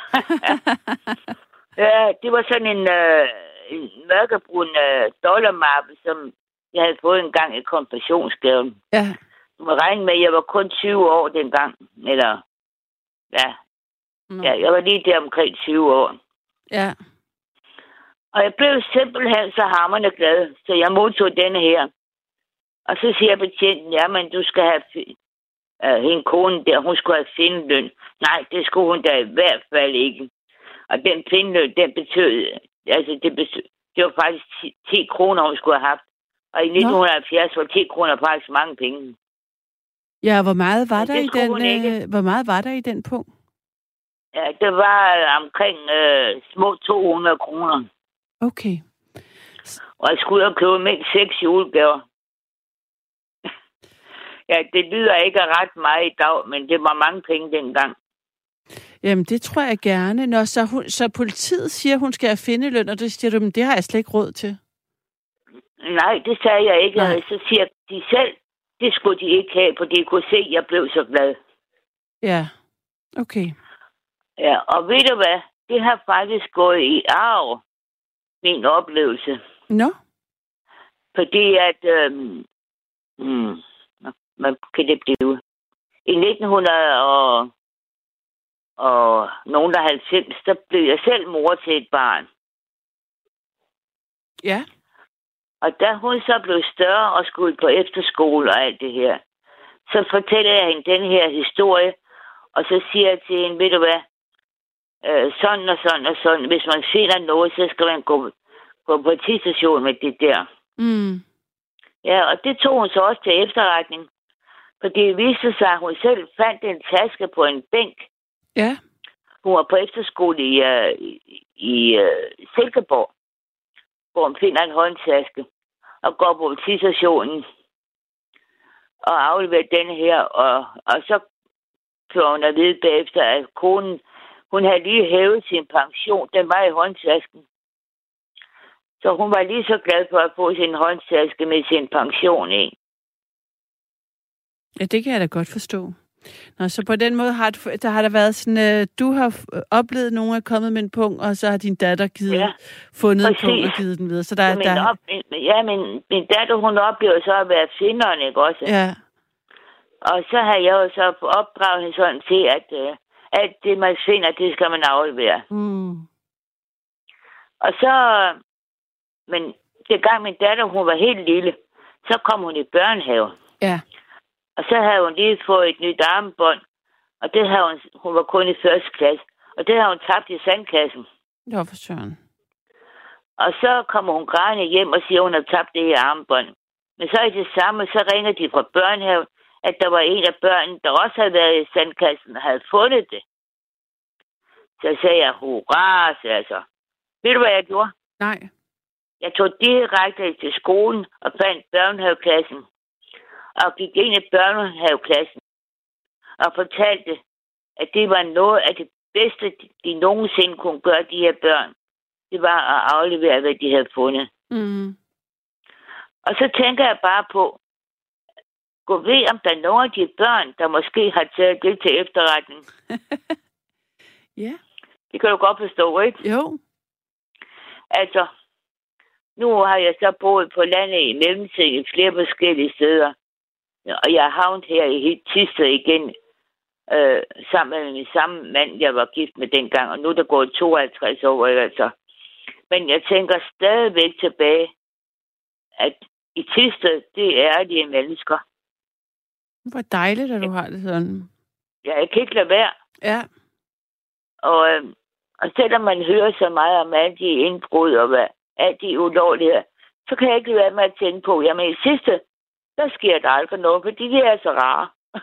Ja, det var sådan en, øh, en mørkebrun øh, dollarmappe, som jeg havde fået en gang i konfirmationsgaven.
Ja.
Du må regne med, at jeg var kun tyve år dengang. Eller, ja.
Mm.
ja, jeg var lige der omkring tyve år.
Ja.
Og jeg blev simpelthen så hamrende glad, så jeg modtog denne her. Og så siger betjenten, ja, men du skal have uh, hende kone der, hun skulle have findeløn. Nej, det skulle hun da i hvert fald ikke. Og den findeløn, den betød, altså det, betød, det var faktisk ti kroner, hun skulle have haft. Og i nitten halvfjerds var ti kroner faktisk mange penge.
Ja, hvor meget var der i den,
øh,
hvor meget var der i den punkt?
Ja, det var omkring øh, små to hundrede kroner.
Okay.
Og jeg skulle ud og købe mindst seks julegaver. Ja, det lyder ikke ret meget i dag, men det var mange penge dengang.
Jamen, det tror jeg gerne. Nå, så, hun, så politiet siger, hun skal have findeløn, og det siger du, men det har jeg slet ikke råd til.
Nej, det sagde jeg ikke.
Nej.
Så siger de selv, det skulle de ikke have, for de kunne se, at jeg blev så glad.
Ja, okay.
Ja, og ved du hvad? Det har faktisk gået i arv, min oplevelse.
Nå?
Fordi at... Øhm, hmm, hvad kan det blive? I nitten hundrede og, og nogen der halvfems, der blev jeg selv mor til et barn.
Ja.
Og da hun så blev større og skulle på efterskole og alt det her, så fortæller jeg hende den her historie, og så siger jeg til hende, ved du hvad, øh, sådan og sådan og sådan, hvis man finder noget, så skal man gå, gå på politistationen med det der.
Mm.
Ja, og det tog hun så også til efterretning, fordi det viste sig, at hun selv fandt en taske på en bænk.
Ja.
Hun var på efterskole i, uh, i, i uh, Silkeborg, hvor hun finder en håndtaske og går på politistationen og afleverer denne her. Og, og så får hun at vide bagefter, at konen, hun havde lige hævet sin pension. Den var i håndtasken. Så hun var lige så glad for at få sin håndtaske med sin pension i.
Ja, det kan jeg da godt forstå. Nå, så på den måde har, du, der har der været sådan, øh, du har oplevet, nogen er kommet med en punkt, og så har din datter givet,
ja,
fundet
præcis.
en punkt og givet den videre. Så der,
ja, min,
der...
op, ja, min, min datter, hun oplever så at være finderen, ikke også?
Ja.
Og så har jeg jo så opdraget hende sådan til, at øh, alt det, man finder, det skal man aflevere.
Mm.
Og så, men det gang min datter, hun var helt lille, så kom hun i børnehave.
Ja.
Og så havde hun lige fået et nyt armbånd, og det havde hun, hun var kun i første klasse, og det havde hun tabt i sandkassen.
Det var for søren.
Og så kommer hun grædende hjem og siger, at hun har tabt det her armbånd. Men så i det samme, så ringer de fra børnehaven, at der var en af børnene, der også havde været i sandkassen og havde fundet det. Så sagde jeg, hurra, sagde jeg så. Ved du, hvad jeg gjorde?
Nej.
Jeg tog direkte til skolen og fandt børnehaveklassen. Og gik ind i børnehaveklassen og fortalte, at det var noget af det bedste, de nogensinde kunne gøre, de her børn. Det var at aflevere, hvad de havde fundet.
Mm.
Og så tænker jeg bare på, gå ved, om der er nogle af de børn, der måske har taget det til efterretning.
Ja. Yeah.
Det kan du godt forstå, ikke?
Jo.
Altså, nu har jeg så boet på landet i mellemtiden flere forskellige steder. Og jeg har havnet her i Thisted igen, øh, sammen med min samme mand, jeg var gift med dengang. Og nu er der gået tooghalvtreds år, altså. Men jeg tænker stadigvæk tilbage, at i Thisted, det er de mennesker.
Hvor dejligt, at du har det sådan.
Ja, jeg kan ikke lade være.
Ja.
Og, øh, og selvom man hører så meget om alle de indbrud og hvad, alt de ulovligheder, så kan jeg ikke lade være med at tænke på, jamen i sidste, der sker der aldrig noget, fordi de er så rare.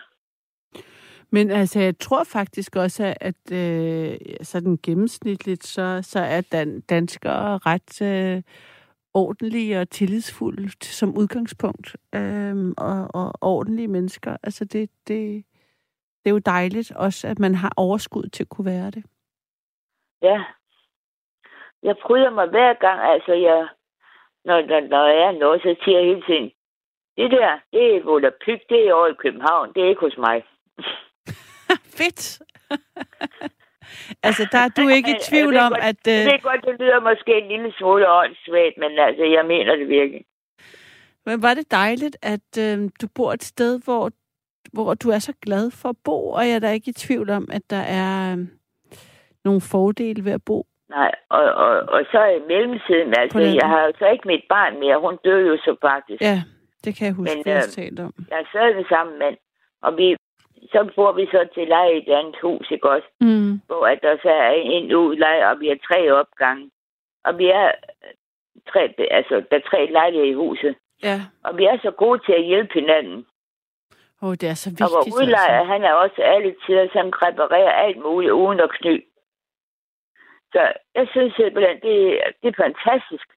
Men altså, jeg tror faktisk også, at øh, sådan gennemsnitligt, så, så er dan- danskere ret øh, ordentlige og tillidsfulde som udgangspunkt. Øh, og, og ordentlige mennesker. Altså, det, det, det er jo dejligt også, at man har overskud til at kunne være det.
Ja. Jeg fryder mig hver gang, altså jeg, når, når, når jeg er noget, så siger jeg hele tiden, det der, det er Volapyk, det er over i København, det er ikke hos mig.
Fedt! Altså, der er du ikke i tvivl om,
godt,
at...
Uh... Det er godt, det lyder måske en lille smule åndssvagt, men altså, jeg mener det virkelig.
Men var det dejligt, at øh, du bor et sted, hvor, hvor du er så glad for at bo, og jeg er da ikke i tvivl om, at der er øh, nogle fordele ved at bo.
Nej, og, og, og så i mellemtiden, altså, jeg har jo så ikke mit barn mere, hun døde jo så faktisk.
Ja, det kan jeg huske,
men,
vi har
øh,
talt om.
Jeg er stadig den samme mand, og vi, så bor vi så til leje i et andet hus, ikke også?
Mm.
Hvor at der så er en udleje, og vi har tre opgange. Og vi er tre, altså, der er tre lejligheder i huset.
Ja.
Og vi er så gode til at hjælpe hinanden.
Åh, oh, det er så vigtigt.
Og vores udlejer,
altså.
han er også alle tider, som reparerer alt muligt uden at kny. Så jeg synes simpelthen, det, det er fantastisk.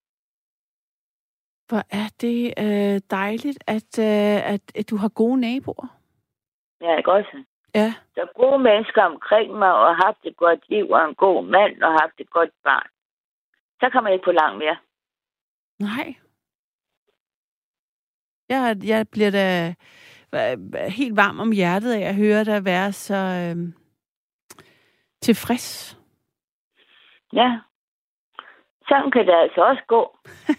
Hvor er det øh, dejligt, at, øh, at, at du har gode naboer.
Ja, ikke også?
Ja.
Så gode mennesker omkring mig, og har haft et godt liv, og en god mand, og haft et godt barn. Så kan man ikke på langt mere.
Nej. Jeg, jeg bliver da helt varm om hjertet af at høre dig være så øh, tilfreds.
Ja. Sådan kan det altså også gå.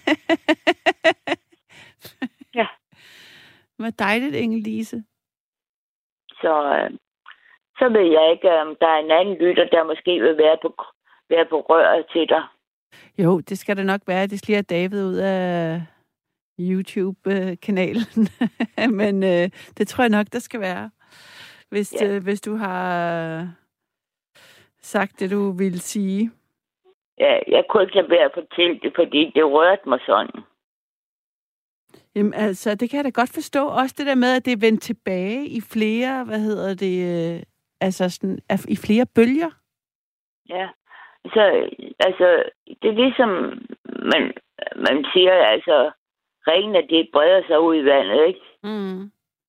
Ja.
Hvor dejligt, Inge-Lise.
Så, øh, så ved jeg ikke, om der er en anden lytter, der måske vil være på, være på røret til dig.
Jo, det skal det nok være. Det sliger David ud af YouTube-kanalen. Men øh, det tror jeg nok, der skal være. Hvis, ja. øh, hvis du har sagt det, du ville sige.
Ja, jeg kunne ikke lade være at fortælle det, fordi det rørte mig sådan.
Jamen altså, det kan jeg da godt forstå. Også det der med, at det er vendt tilbage i flere, hvad hedder det, øh, altså sådan, i flere bølger.
Ja, så altså, det er ligesom, man, man siger, altså, regnen, det breder sig ud i vandet, ikke?
Mm.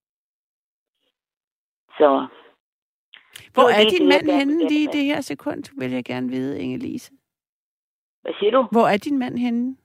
Så.
Hvor er din mand henne lige i det her sekund, vil jeg gerne vide, Inge-Lise?
Hvad siger du?
Hvor er din mand henne?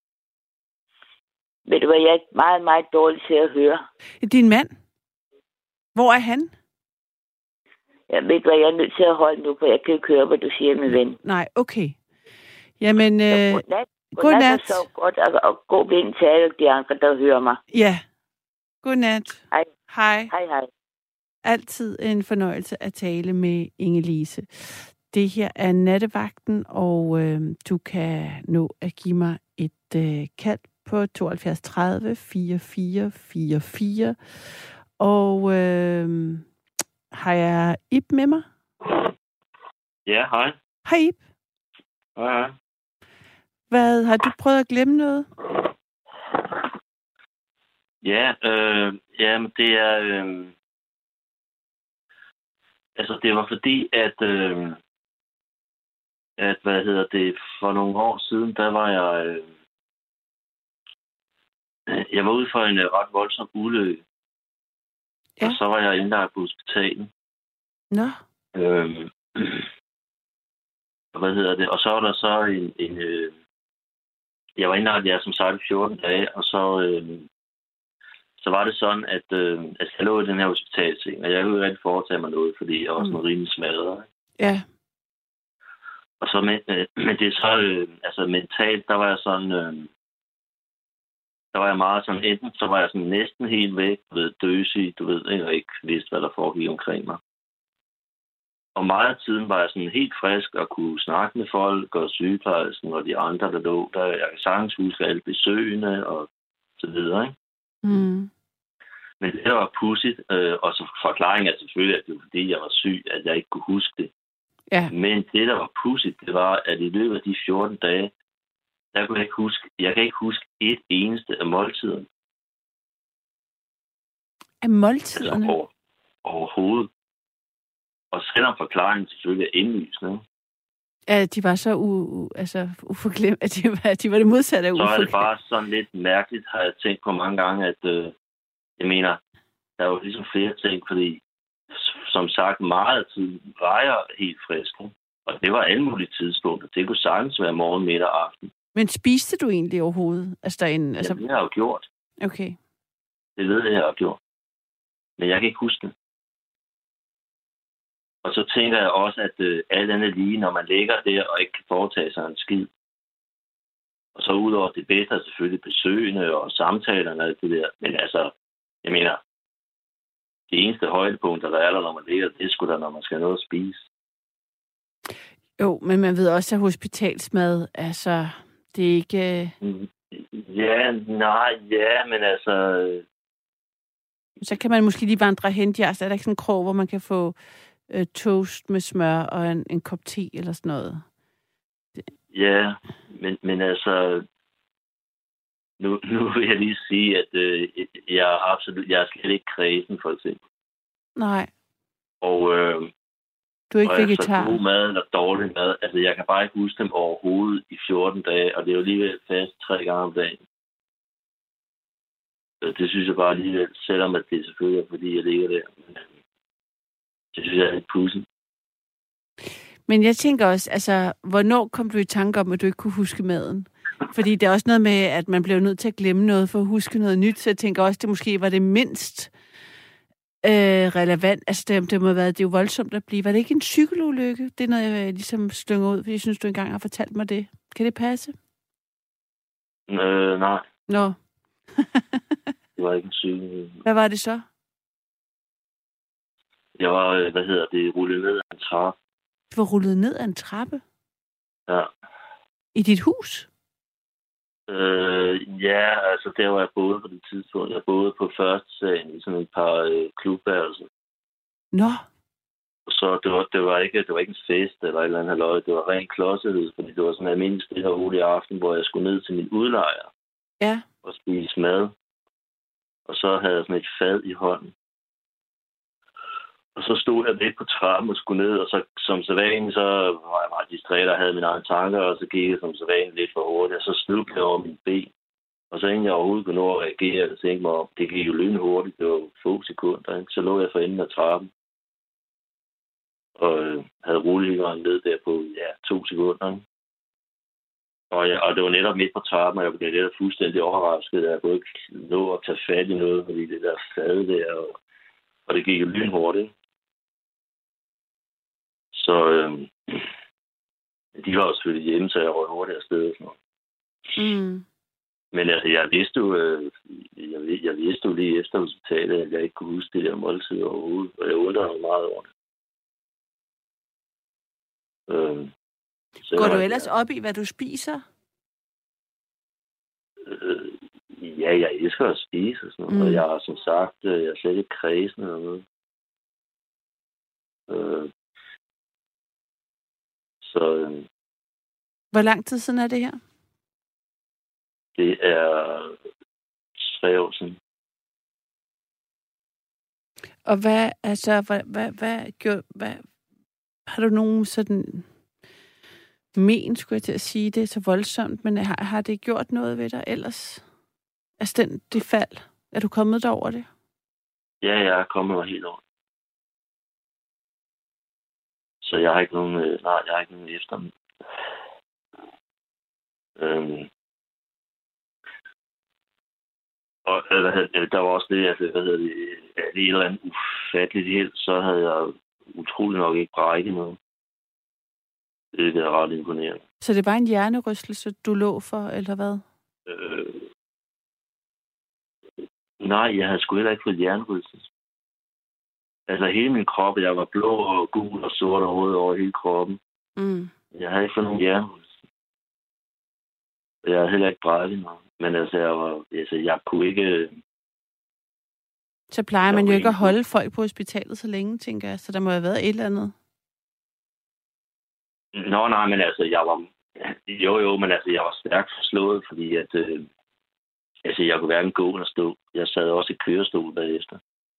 Ved du hvad, jeg er meget, meget dårlig til at høre.
Din mand? Hvor er han?
Jeg ved hvad, jeg er nødt til at holde nu, for jeg kan ikke høre, hvad du siger, min ven.
Nej, okay. Jamen, øh,
godnat.
Godnat.
Og så godt, og, og god vind til alle de andre, der hører mig.
Ja. Godnat.
Hej.
Hej.
Hej, hej.
Altid en fornøjelse at tale med Inge-Lise. Det her er Nattevagten, og øh, du kan nå at give mig et øh, kald på tooghalvfjerds tredive fireogfyrre fireogfyrre. Og øh, har jeg Ib med mig?
Ja, hej.
Hej Ib.
Hej, hej.
Hvad, har du prøvet at glemme noget?
Ja, øh, ja, men det er... Øh, altså, det var fordi, at... Øh, at, hvad hedder det, for nogle år siden, der var jeg... Øh, jeg var ude for en ret voldsom ulykke. Ja. Og så var jeg indlagt på hospitalet.
Nå.
Øh, hvad hedder det? Og så var der så en... en øh, jeg var indlagt, ja, som sagt, fjorten dage, og så... Øh, så var det sådan, at, øh, at jeg lå i den her hospitalseng, og jeg kunne ikke rigtig foretage mig noget, fordi jeg var sådan mm. rimelig smadret.
Ja.
Og så med, med det så, øh, altså mentalt, der var jeg sådan, øh, der var jeg meget sådan, enten så var jeg sådan næsten helt væk, du ved, døsig, du ved, ikke, og ikke vidste, hvad der foregik omkring mig. Og meget af tiden var jeg sådan helt frisk og kunne snakke med folk og sygeplejersken og de andre, der lå der. Jeg kan sagtens huske alle besøgende og så videre, ikke?
Mm.
Men det, der var pudsigt, øh, og så forklaringen er selvfølgelig, at det var fordi, jeg var syg, at jeg ikke kunne huske det.
Ja.
Men det, der var pudsigt, det var, at i løbet af de fjorten dage, der kunne jeg ikke huske, jeg kan ikke huske et eneste af måltiderne.
Af måltiderne?
Altså over, overhovedet. Og selvom forklaringen selvfølgelig er indlysende.
Ja, de var så u, altså, uforglemt, at de var, de var det modsatte af uforglemt.
Så er det bare sådan lidt mærkeligt, har jeg tænkt på mange gange, at øh, jeg mener, der er jo ligesom flere ting, fordi som sagt, meget af tiden var jeg helt frisk. Og det var alle mulige tidspunkter. Det kunne sagtens være morgen, middag og aften.
Men spiste du egentlig overhovedet? Altså derinde? Altså...
Ja, det har jeg jo gjort.
Okay.
Det ved jeg, jeg har gjort. Men jeg kan ikke huske det. Og så tænker jeg også, at øh, alt andet lige, når man ligger der og ikke kan foretage sig en skid. Og så udover det bedste er selvfølgelig besøgende og samtalerne og alt det der. Men altså, jeg mener, det eneste højdepunkt, der er der, når man ligger, det er sgu da, når man skal have noget at spise.
Jo, men man ved også, at hospitalsmad, altså, det er ikke...
Ja, nej, ja, men altså...
Så kan man måske lige vandre hen, ja, så er der ikke sådan en krog, hvor man kan få øh, toast med smør og en, en kop te eller sådan noget. Det...
Ja, men, men altså... Nu, nu vil jeg lige sige, at øh, jeg er absolut... Jeg er slet ikke kræsen, for eksempel.
Nej.
Og... Øh,
Du er ikke
og
vegetar?
Og god mad eller dårlig mad. Altså, jeg kan bare ikke huske dem overhovedet i fjorten dage, og det er jo alligevel fast tre gange om dagen. Det synes jeg bare alligevel, selvom at det selvfølgelig er, fordi jeg ligger der. Det synes jeg er lidt pudsigt.
Men jeg tænker også, altså, hvornår kom du i tanke om, at du ikke kunne huske maden? Fordi det er også noget med, at man bliver nødt til at glemme noget for at huske noget nyt, så jeg tænker også, at det måske var det mindst øh, relevant. Altså, det, det må have været, det er jo voldsomt at blive. Var det ikke en cykelulykke? Det er noget, jeg ligesom slynger ud, fordi jeg synes, du engang har fortalt mig det. Kan det passe?
Øh, nej.
Nå.
Det var ikke en cykelulykke.
Hvad var det så?
Jeg var, hvad hedder det, rullet ned ad en trappe.
Du var rullet ned ad en trappe?
Ja.
I dit hus?
Øh, ja, altså der var jeg boede på det tidspunkt. Jeg boede på første salen i sådan et par øh, klubværelser.
Nå.
Så det var, det var ikke det var ikke en fest eller et eller andet halløj. Det var rent klodsethed, fordi det var sådan en almindelig stille og rolig aften, hvor jeg skulle ned til min udlejer.
Ja. Og
spise mad. Og så havde jeg sådan et fad i hånden. Og så stod jeg lidt på trappen og skulle ned, og så som sædvanligt, så var jeg meget distræt og havde mine egne tanker, og så gik jeg som sædvanligt lidt for hurtigt, og så snublede jeg over min ben. Og så inden jeg overhovedet kunne nå at reagere, så tænkte mig om, det gik jo lynhurtigt, det var få sekunder, ikke? Så lå jeg for enden af trappen. Og øh, havde rulleliggeren ned der på, ja, to sekunder. Ikke? Og, ja, og det var netop midt på trappen, og jeg blev lidt fuldstændig overrasket, at jeg kunne ikke nå at tage fat i noget, fordi det der fad der, og, og det gik jo lynhurtigt. Så øh, de var jo selvfølgelig hjemme, så jeg røg hurtigt afsted.
Mm.
Men altså, jeg vidste jo, øh, jeg, jeg vidste jo lige efter hospitalet, at jeg ikke kunne huske det der måltid overhovedet, og jeg undrede mig meget over det. Øh,
Går du ellers op i, hvad du spiser?
Øh, ja, jeg elsker at spise og sådan noget, mm. og jeg har som sagt, jeg er slet ikke kræsen eller noget. Øh, Så, øh,
Hvor lang tid siden er det her?
Det er tre år siden.
Og hvad, altså, hvad, hvad, hvad, gjorde, hvad, har du nogen sådan men, skulle jeg til at sige, det er så voldsomt, men har, har det gjort noget ved dig ellers? Altså, den, det fald, er du kommet derover det?
Ja, jeg er kommet mig helt over. Så jeg har ikke nogen, øh, nej, jeg har ikke nogen efter mig. Øhm. Og øh, der var også det, at hvad hedder det, at det et eller andet ufatteligt helt, så havde jeg utrolig nok ikke brækket noget. Det er ret imponerende.
Så det var en hjernerystelse, du lå for, eller hvad?
Øh. Nej, jeg havde sgu heller ikke fået hjernerystelse. Altså hele min krop, jeg var blå og gul og sort og rød over hele kroppen.
Mm.
Jeg havde ikke fået nogen hjernerystelse. Jeg havde heller ikke brækket noget. Men altså, jeg, var, altså, jeg kunne ikke...
Så plejer man jo ikke at holde folk på hospitalet så længe, tænker jeg. Så der må have været et eller andet.
Nå, nej, men altså, jeg var... Jo, jo, men altså, jeg var stærkt forslået, fordi at... Øh, altså, jeg kunne hverken gå eller stå. Jeg sad også i kørestol bagefter.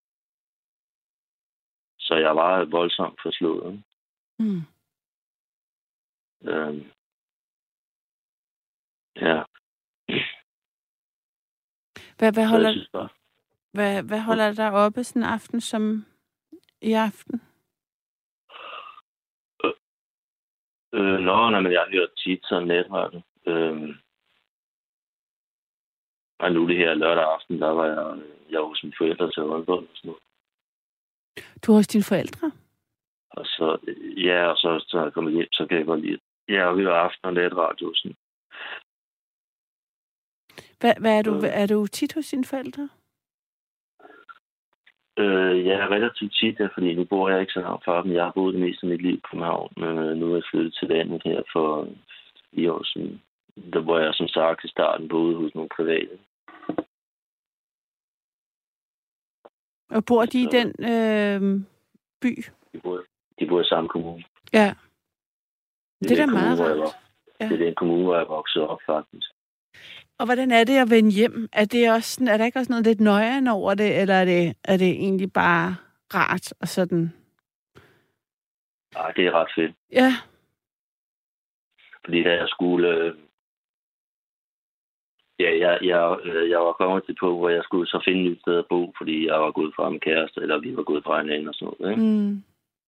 Så jeg var voldsomt forslået.
Mm.
Øhm. Ja.
Hvad, hvad holder, synes, hvad, hvad holder dig oppe sådan en aften som i aften?
Øh, øh, nå, nej, men jeg hører tit sådan netradio. Øhm, og nu det her lørdag aften, der var jeg, jeg var hos mine forældre til håndbold og sådan noget.
Du er hos dine forældre?
Og så, ja, og så, så er jeg kommet hjem, så kan jeg godt lide. Ja, og vi var aften og lidt radio sådan.
Hvad, hvad er du? Øh. Er du tit hos dine forældre?
Øh, ja, relativt tit, ja, fordi nu bor jeg ikke så langt fra dem. Jeg har boet det meste af mit liv i København, men øh, nu er jeg flyttet til landet her for fire år siden. Der hvor jeg som sagt i starten boede hos nogle private.
Og bor de så, i den øh, by?
De bor, de bor i samme kommune.
Ja.
Det,
det er da
kommune,
meget rart.
Var, ja. Det er den kommune, hvor jeg voksede op, faktisk.
Og hvordan er det at vende hjem? Er, det også sådan, er der ikke også noget lidt nøjeren over det, eller er det, er det egentlig bare rart og sådan?
Nej, det er ret fedt.
Ja.
Fordi da jeg skulle... Øh, ja, jeg, jeg, jeg var kommet til på, hvor jeg skulle så finde et nyt sted at bo, fordi jeg var gået fra min kæreste, eller vi var gået fra hinanden og sådan noget. Ikke? Mm.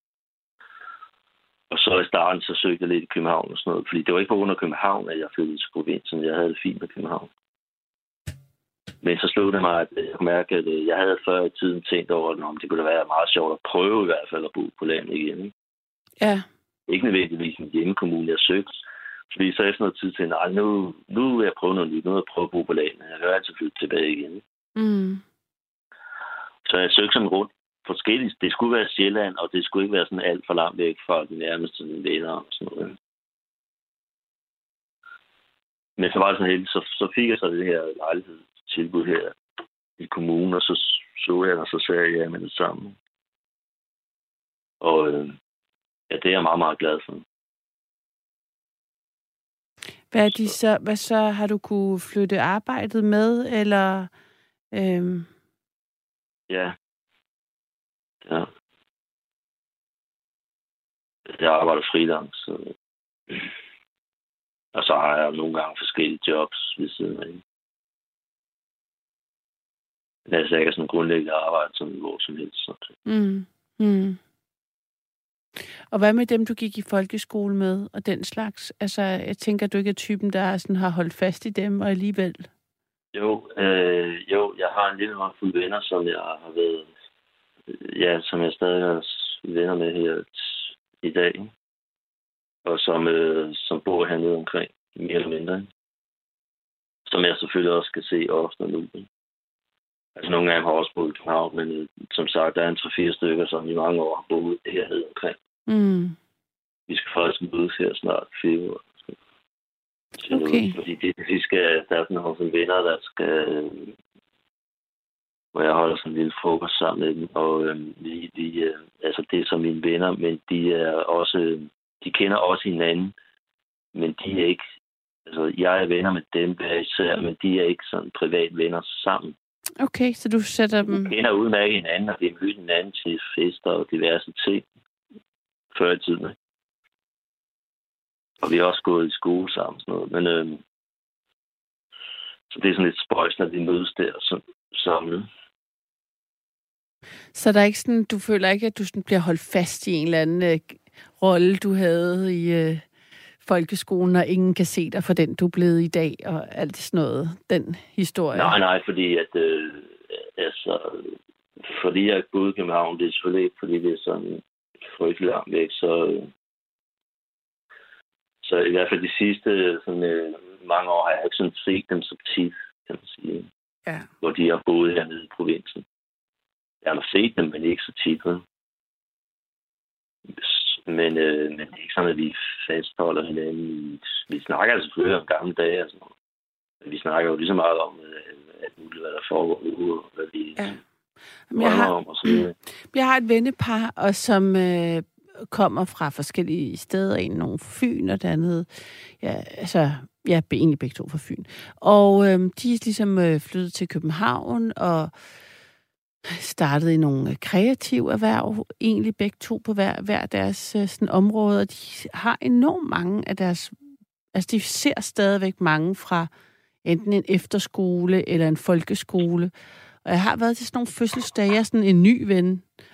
Og så i starten, så søgte jeg lidt i København og sådan noget. Fordi det var ikke på grund af København, at jeg flyttede til provinsen. Jeg havde det fint med København. Men så slog det mig, at jeg kunne mærke, at jeg havde før i tiden tænkt over, om det kunne være meget sjovt at prøve i hvert fald at bo på landet igen. Ikke?
Ja.
Ikke nødvendigvis en hjemmekommune, jeg søgte. Fordi så efter noget tid til, nej, nu, nu vil jeg prøve noget nyt. Nu vil jeg prøve at bo på landet. Jeg kan altid flytte tilbage igen. Mm. Så jeg søgte sådan rundt. Forskelligt. Det skulle være Sjælland, og det skulle ikke være sådan alt for langt væk fra de nærmeste venner og sådan noget. Men så var det sådan helt, så, så fik jeg så det her lejlighedstilbud her i kommunen, og så så jeg, og så sagde jeg ja med det samme. Og øh, ja, det er jeg meget, meget glad for.
Hvad, er de så, hvad så har du kunne flytte arbejdet med, eller... Øhm...
Ja. Ja. Jeg arbejder freelance. Så... Og så har jeg nogle gange forskellige jobs ved siden af. Det er altså ikke sådan grundlæggende arbejde, som hvor som helst.
Mm. Mm. Og hvad med dem, du gik i folkeskole med, og den slags? Altså, jeg tænker, du ikke er typen, der sådan har holdt fast i dem, og alligevel...
Jo, øh, jo, jeg har en lille håndfuld venner, som jeg har været... Ja, som jeg stadig er venner med her i dag. Og som, øh, som bor hernede omkring, mere eller mindre. Som jeg selvfølgelig også skal se ofte nu. Altså, nogle af dem har også boet i København, men øh, som sagt, der er en tre-fire stykker, som i mange år har boet hernede omkring. Mm. Vi skal faktisk mødes her snart, fire år.
Okay.
Fordi det, vi skal, der er sådan nogle venner, der skal... hvor jeg holder sådan en lille frokost sammen med dem, og øh, vi, vi, øh, altså det er så mine venner, men de er også, de kender også hinanden, men de er ikke, altså jeg er venner med dem hver især, men de er ikke sådan privat venner sammen.
Okay, så du sætter dem...
De kender udmærket hinanden, og de har mødt hinanden til fester og diverse ting før i tiden. Og vi har også gået i skole sammen sådan noget, men øh, så det er sådan lidt spøjs, når de mødes der så, sammen.
Så der er ikke sådan, du føler ikke, at du sådan bliver holdt fast i en eller anden øh, rolle, du havde i øh, folkeskolen, og ingen kan se dig for den, du er blevet i dag, og alt sådan noget, den historie?
Nej, nej, fordi at, øh, altså, fordi jeg boede i København, det er selvfølgelig ikke, fordi det er sådan frygtelig langt væk, så, øh, så i hvert fald de sidste sådan, øh, mange år har jeg ikke sådan set dem så tit, kan man sige,
ja.
Hvor de har boet hernede i provinsen. Jeg har set dem, men ikke så tit. Men, øh, men det er ikke sådan, at vi fastholder hinanden. Vi snakker altså flere om gamle dage og sådan noget. Men vi snakker jo lige så meget om, at muligt, hvad der foregår nu, og hvad vi
ja. jeg har,
om og sådan noget.
Jeg har et vennepar, og som øh, kommer fra forskellige steder. En nogle fra Fyn og det andet. Ja, altså, jeg er egentlig begge to fra Fyn. Og øh, de er ligesom øh, flyttet til København, og startede i nogle kreative erhverv, egentlig begge to på hver, hver deres sådan, område, og de har enormt mange af deres, altså de ser stadigvæk mange fra enten en efterskole eller en folkeskole, og jeg har været til sådan nogle fødselsdage, jeg er sådan en ny ven,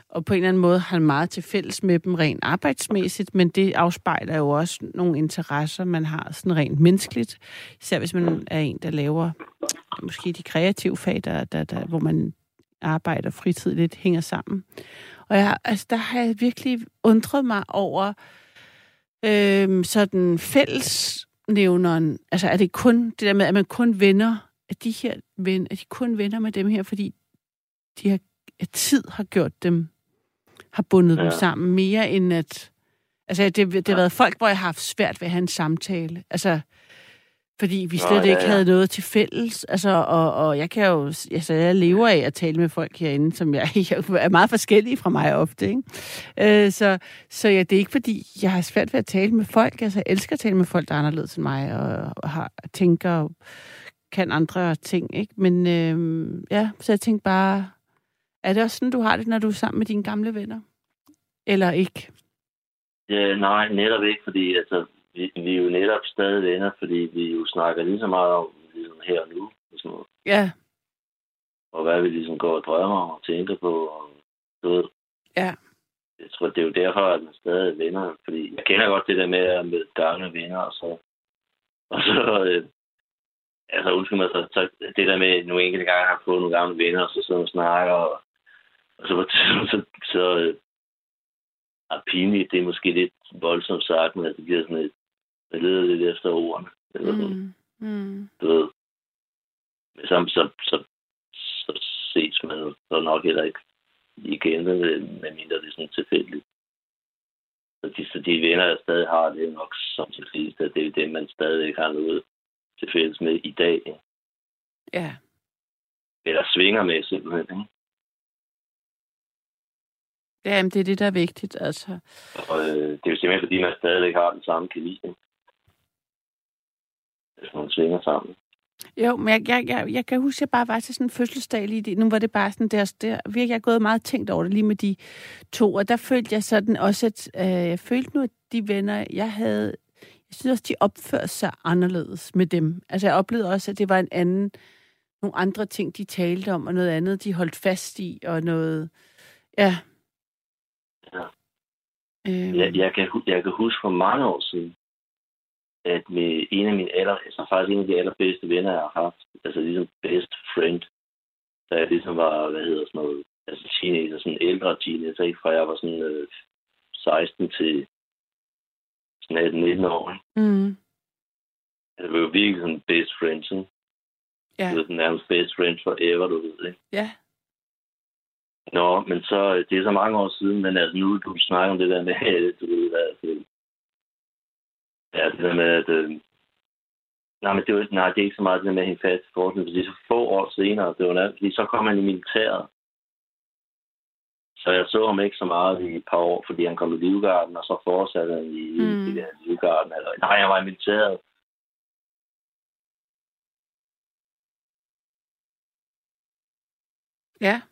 og på en eller anden måde har meget til fælles med dem rent arbejdsmæssigt, men det afspejler jo også nogle interesser, man har sådan rent menneskeligt. Især hvis man er en, der laver måske de kreative fag, der, der, der, hvor man arbejder og fritid lidt hænger sammen. Og jeg, altså, der har jeg virkelig undret mig over øhm, sådan fællesnævneren. Altså er det kun det der med, at man kun venner, at de her ven, at de kun venner med dem her, fordi de har, at tid har gjort dem, har bundet ja. dem sammen mere end at... Altså det, det har været folk, hvor jeg har haft svært ved at have en samtale. Altså fordi vi slet Nå, ja, ja. ikke havde noget til fælles. Altså, og, og jeg kan jo... Altså, jeg lever af at tale med folk herinde, som jeg, jeg er meget forskellige fra mig ofte, ikke? Øh, så så ja, det er ikke, fordi jeg har svært ved at tale med folk. Altså, jeg elsker at tale med folk, der er anderledes end mig, og, og har, tænker og kan andre ting, ikke? Men øh, ja, så jeg tænkte bare... Er det også sådan, du har det, når du er sammen med dine gamle venner? Eller ikke?
Ja, nej, netop ikke, fordi altså... Vi, vi er jo netop stadig venner, fordi vi jo snakker lige så meget om ligesom her og nu. Sådan noget.
Ja.
Og hvad vi ligesom går og drømmer om og tænker på. Og, du ved.
Ja.
Jeg tror, det er jo derfor, at man stadig er venner. Fordi jeg kender godt det der med at med gamle venner. Og så, og så øh, altså undskyld mig, så, så det der med nogle enkelte gange har fået nogle gamle venner, og så sidder man og snakker. Og, og så, så, så, så øh, er pinligt. Det er måske lidt voldsomt sagt, men det giver sådan et jeg leder lidt efter ordene. Eller sådan. Mm. Mm. Du ved. Så, så, så, så ses man så nok heller ikke igen, med, med mindre det er sådan tilfældigt. Så de, så de venner, jeg stadig har, det er nok som til fleste, det er det, man stadig har noget til fælles med i dag.
Ja.
Eller svinger med simpelthen, ikke?
Ja, men det er det, der er vigtigt, altså.
Og øh, det er jo simpelthen, fordi man stadig har den samme kemi. Hvis man svinger sammen.
Jo, men jeg, jeg, jeg, jeg kan huske, at jeg bare var til sådan en fødselsdag lige det. Nu var det bare sådan, der, der virkelig, jeg er gået meget tænkt over det lige med de to. Og der følte jeg sådan også, at øh, jeg følte nu, at de venner, jeg havde, jeg synes også, de opførte sig anderledes med dem. Altså jeg oplevede også, at det var en anden, nogle andre ting, de talte om, og noget andet, de holdt fast i, og noget, ja.
Ja. Øhm. Jeg, jeg, kan, jeg kan huske for mange år siden, at med en af mine aller, altså faktisk en af de allerbedste venner, jeg har haft, altså ligesom best friend, da jeg ligesom var, hvad hedder sådan noget, altså teenager, sådan ældre teenager, ikke? Fra jeg var sådan øh, seksten til sådan atten nitten år. Mm. Altså, det var jo virkelig sådan best friend, sådan. Ja. Det var nærmest best friend forever, du ved, ikke? Ja. Nå, men så, det er så mange år siden, men altså nu, du snakker om det der med, du ved, altså, ja, det der med, at, øh, nej, men det var, nej, det er ikke så meget det der med at hænge fast i forskning, fordi så få år senere, det var nærmest, fordi så kom han i militæret. Så jeg så ham ikke så meget i et par år, fordi han kom i Livgarden, og så fortsatte han i, mm. i det der Livgarden. Eller, nej, jeg var i militæret.
Ja.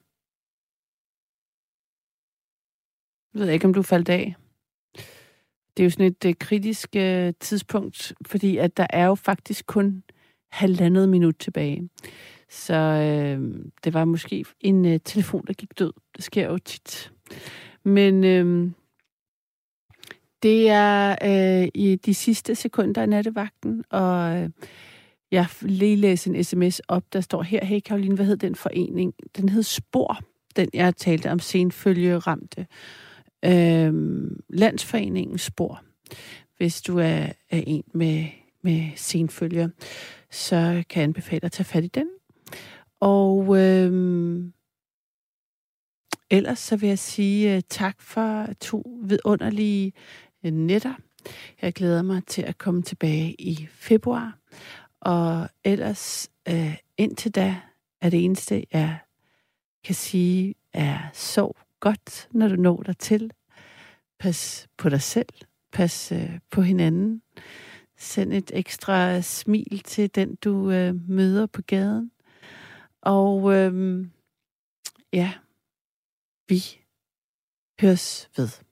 Jeg ved ikke, om du faldt af. Det er jo sådan et uh, kritisk uh, tidspunkt, fordi at der er jo faktisk kun halvandet minut tilbage. Så uh, det var måske en uh, telefon, der gik død. Det sker jo tit. Men uh, det er uh, i de sidste sekunder af nattevagten, og uh, jeg lige læser en sms op, der står her, hey Karoline, hvad hed den forening? Den hed Spor, den jeg talte om senfølgeramte. Øhm, Landsforeningen Spor. Hvis du er, er en med, med senfølger, så kan jeg anbefale at tage fat i den. Og øhm, ellers så vil jeg sige uh, tak for to vidunderlige uh, nætter. Jeg glæder mig til at komme tilbage i februar. Og ellers uh, indtil da er det eneste, jeg kan sige, er sov godt, når du når dig til. Pas på dig selv. Pas øh, på hinanden. Send et ekstra smil til den, du øh, møder på gaden. Og øh, ja, vi høres ved.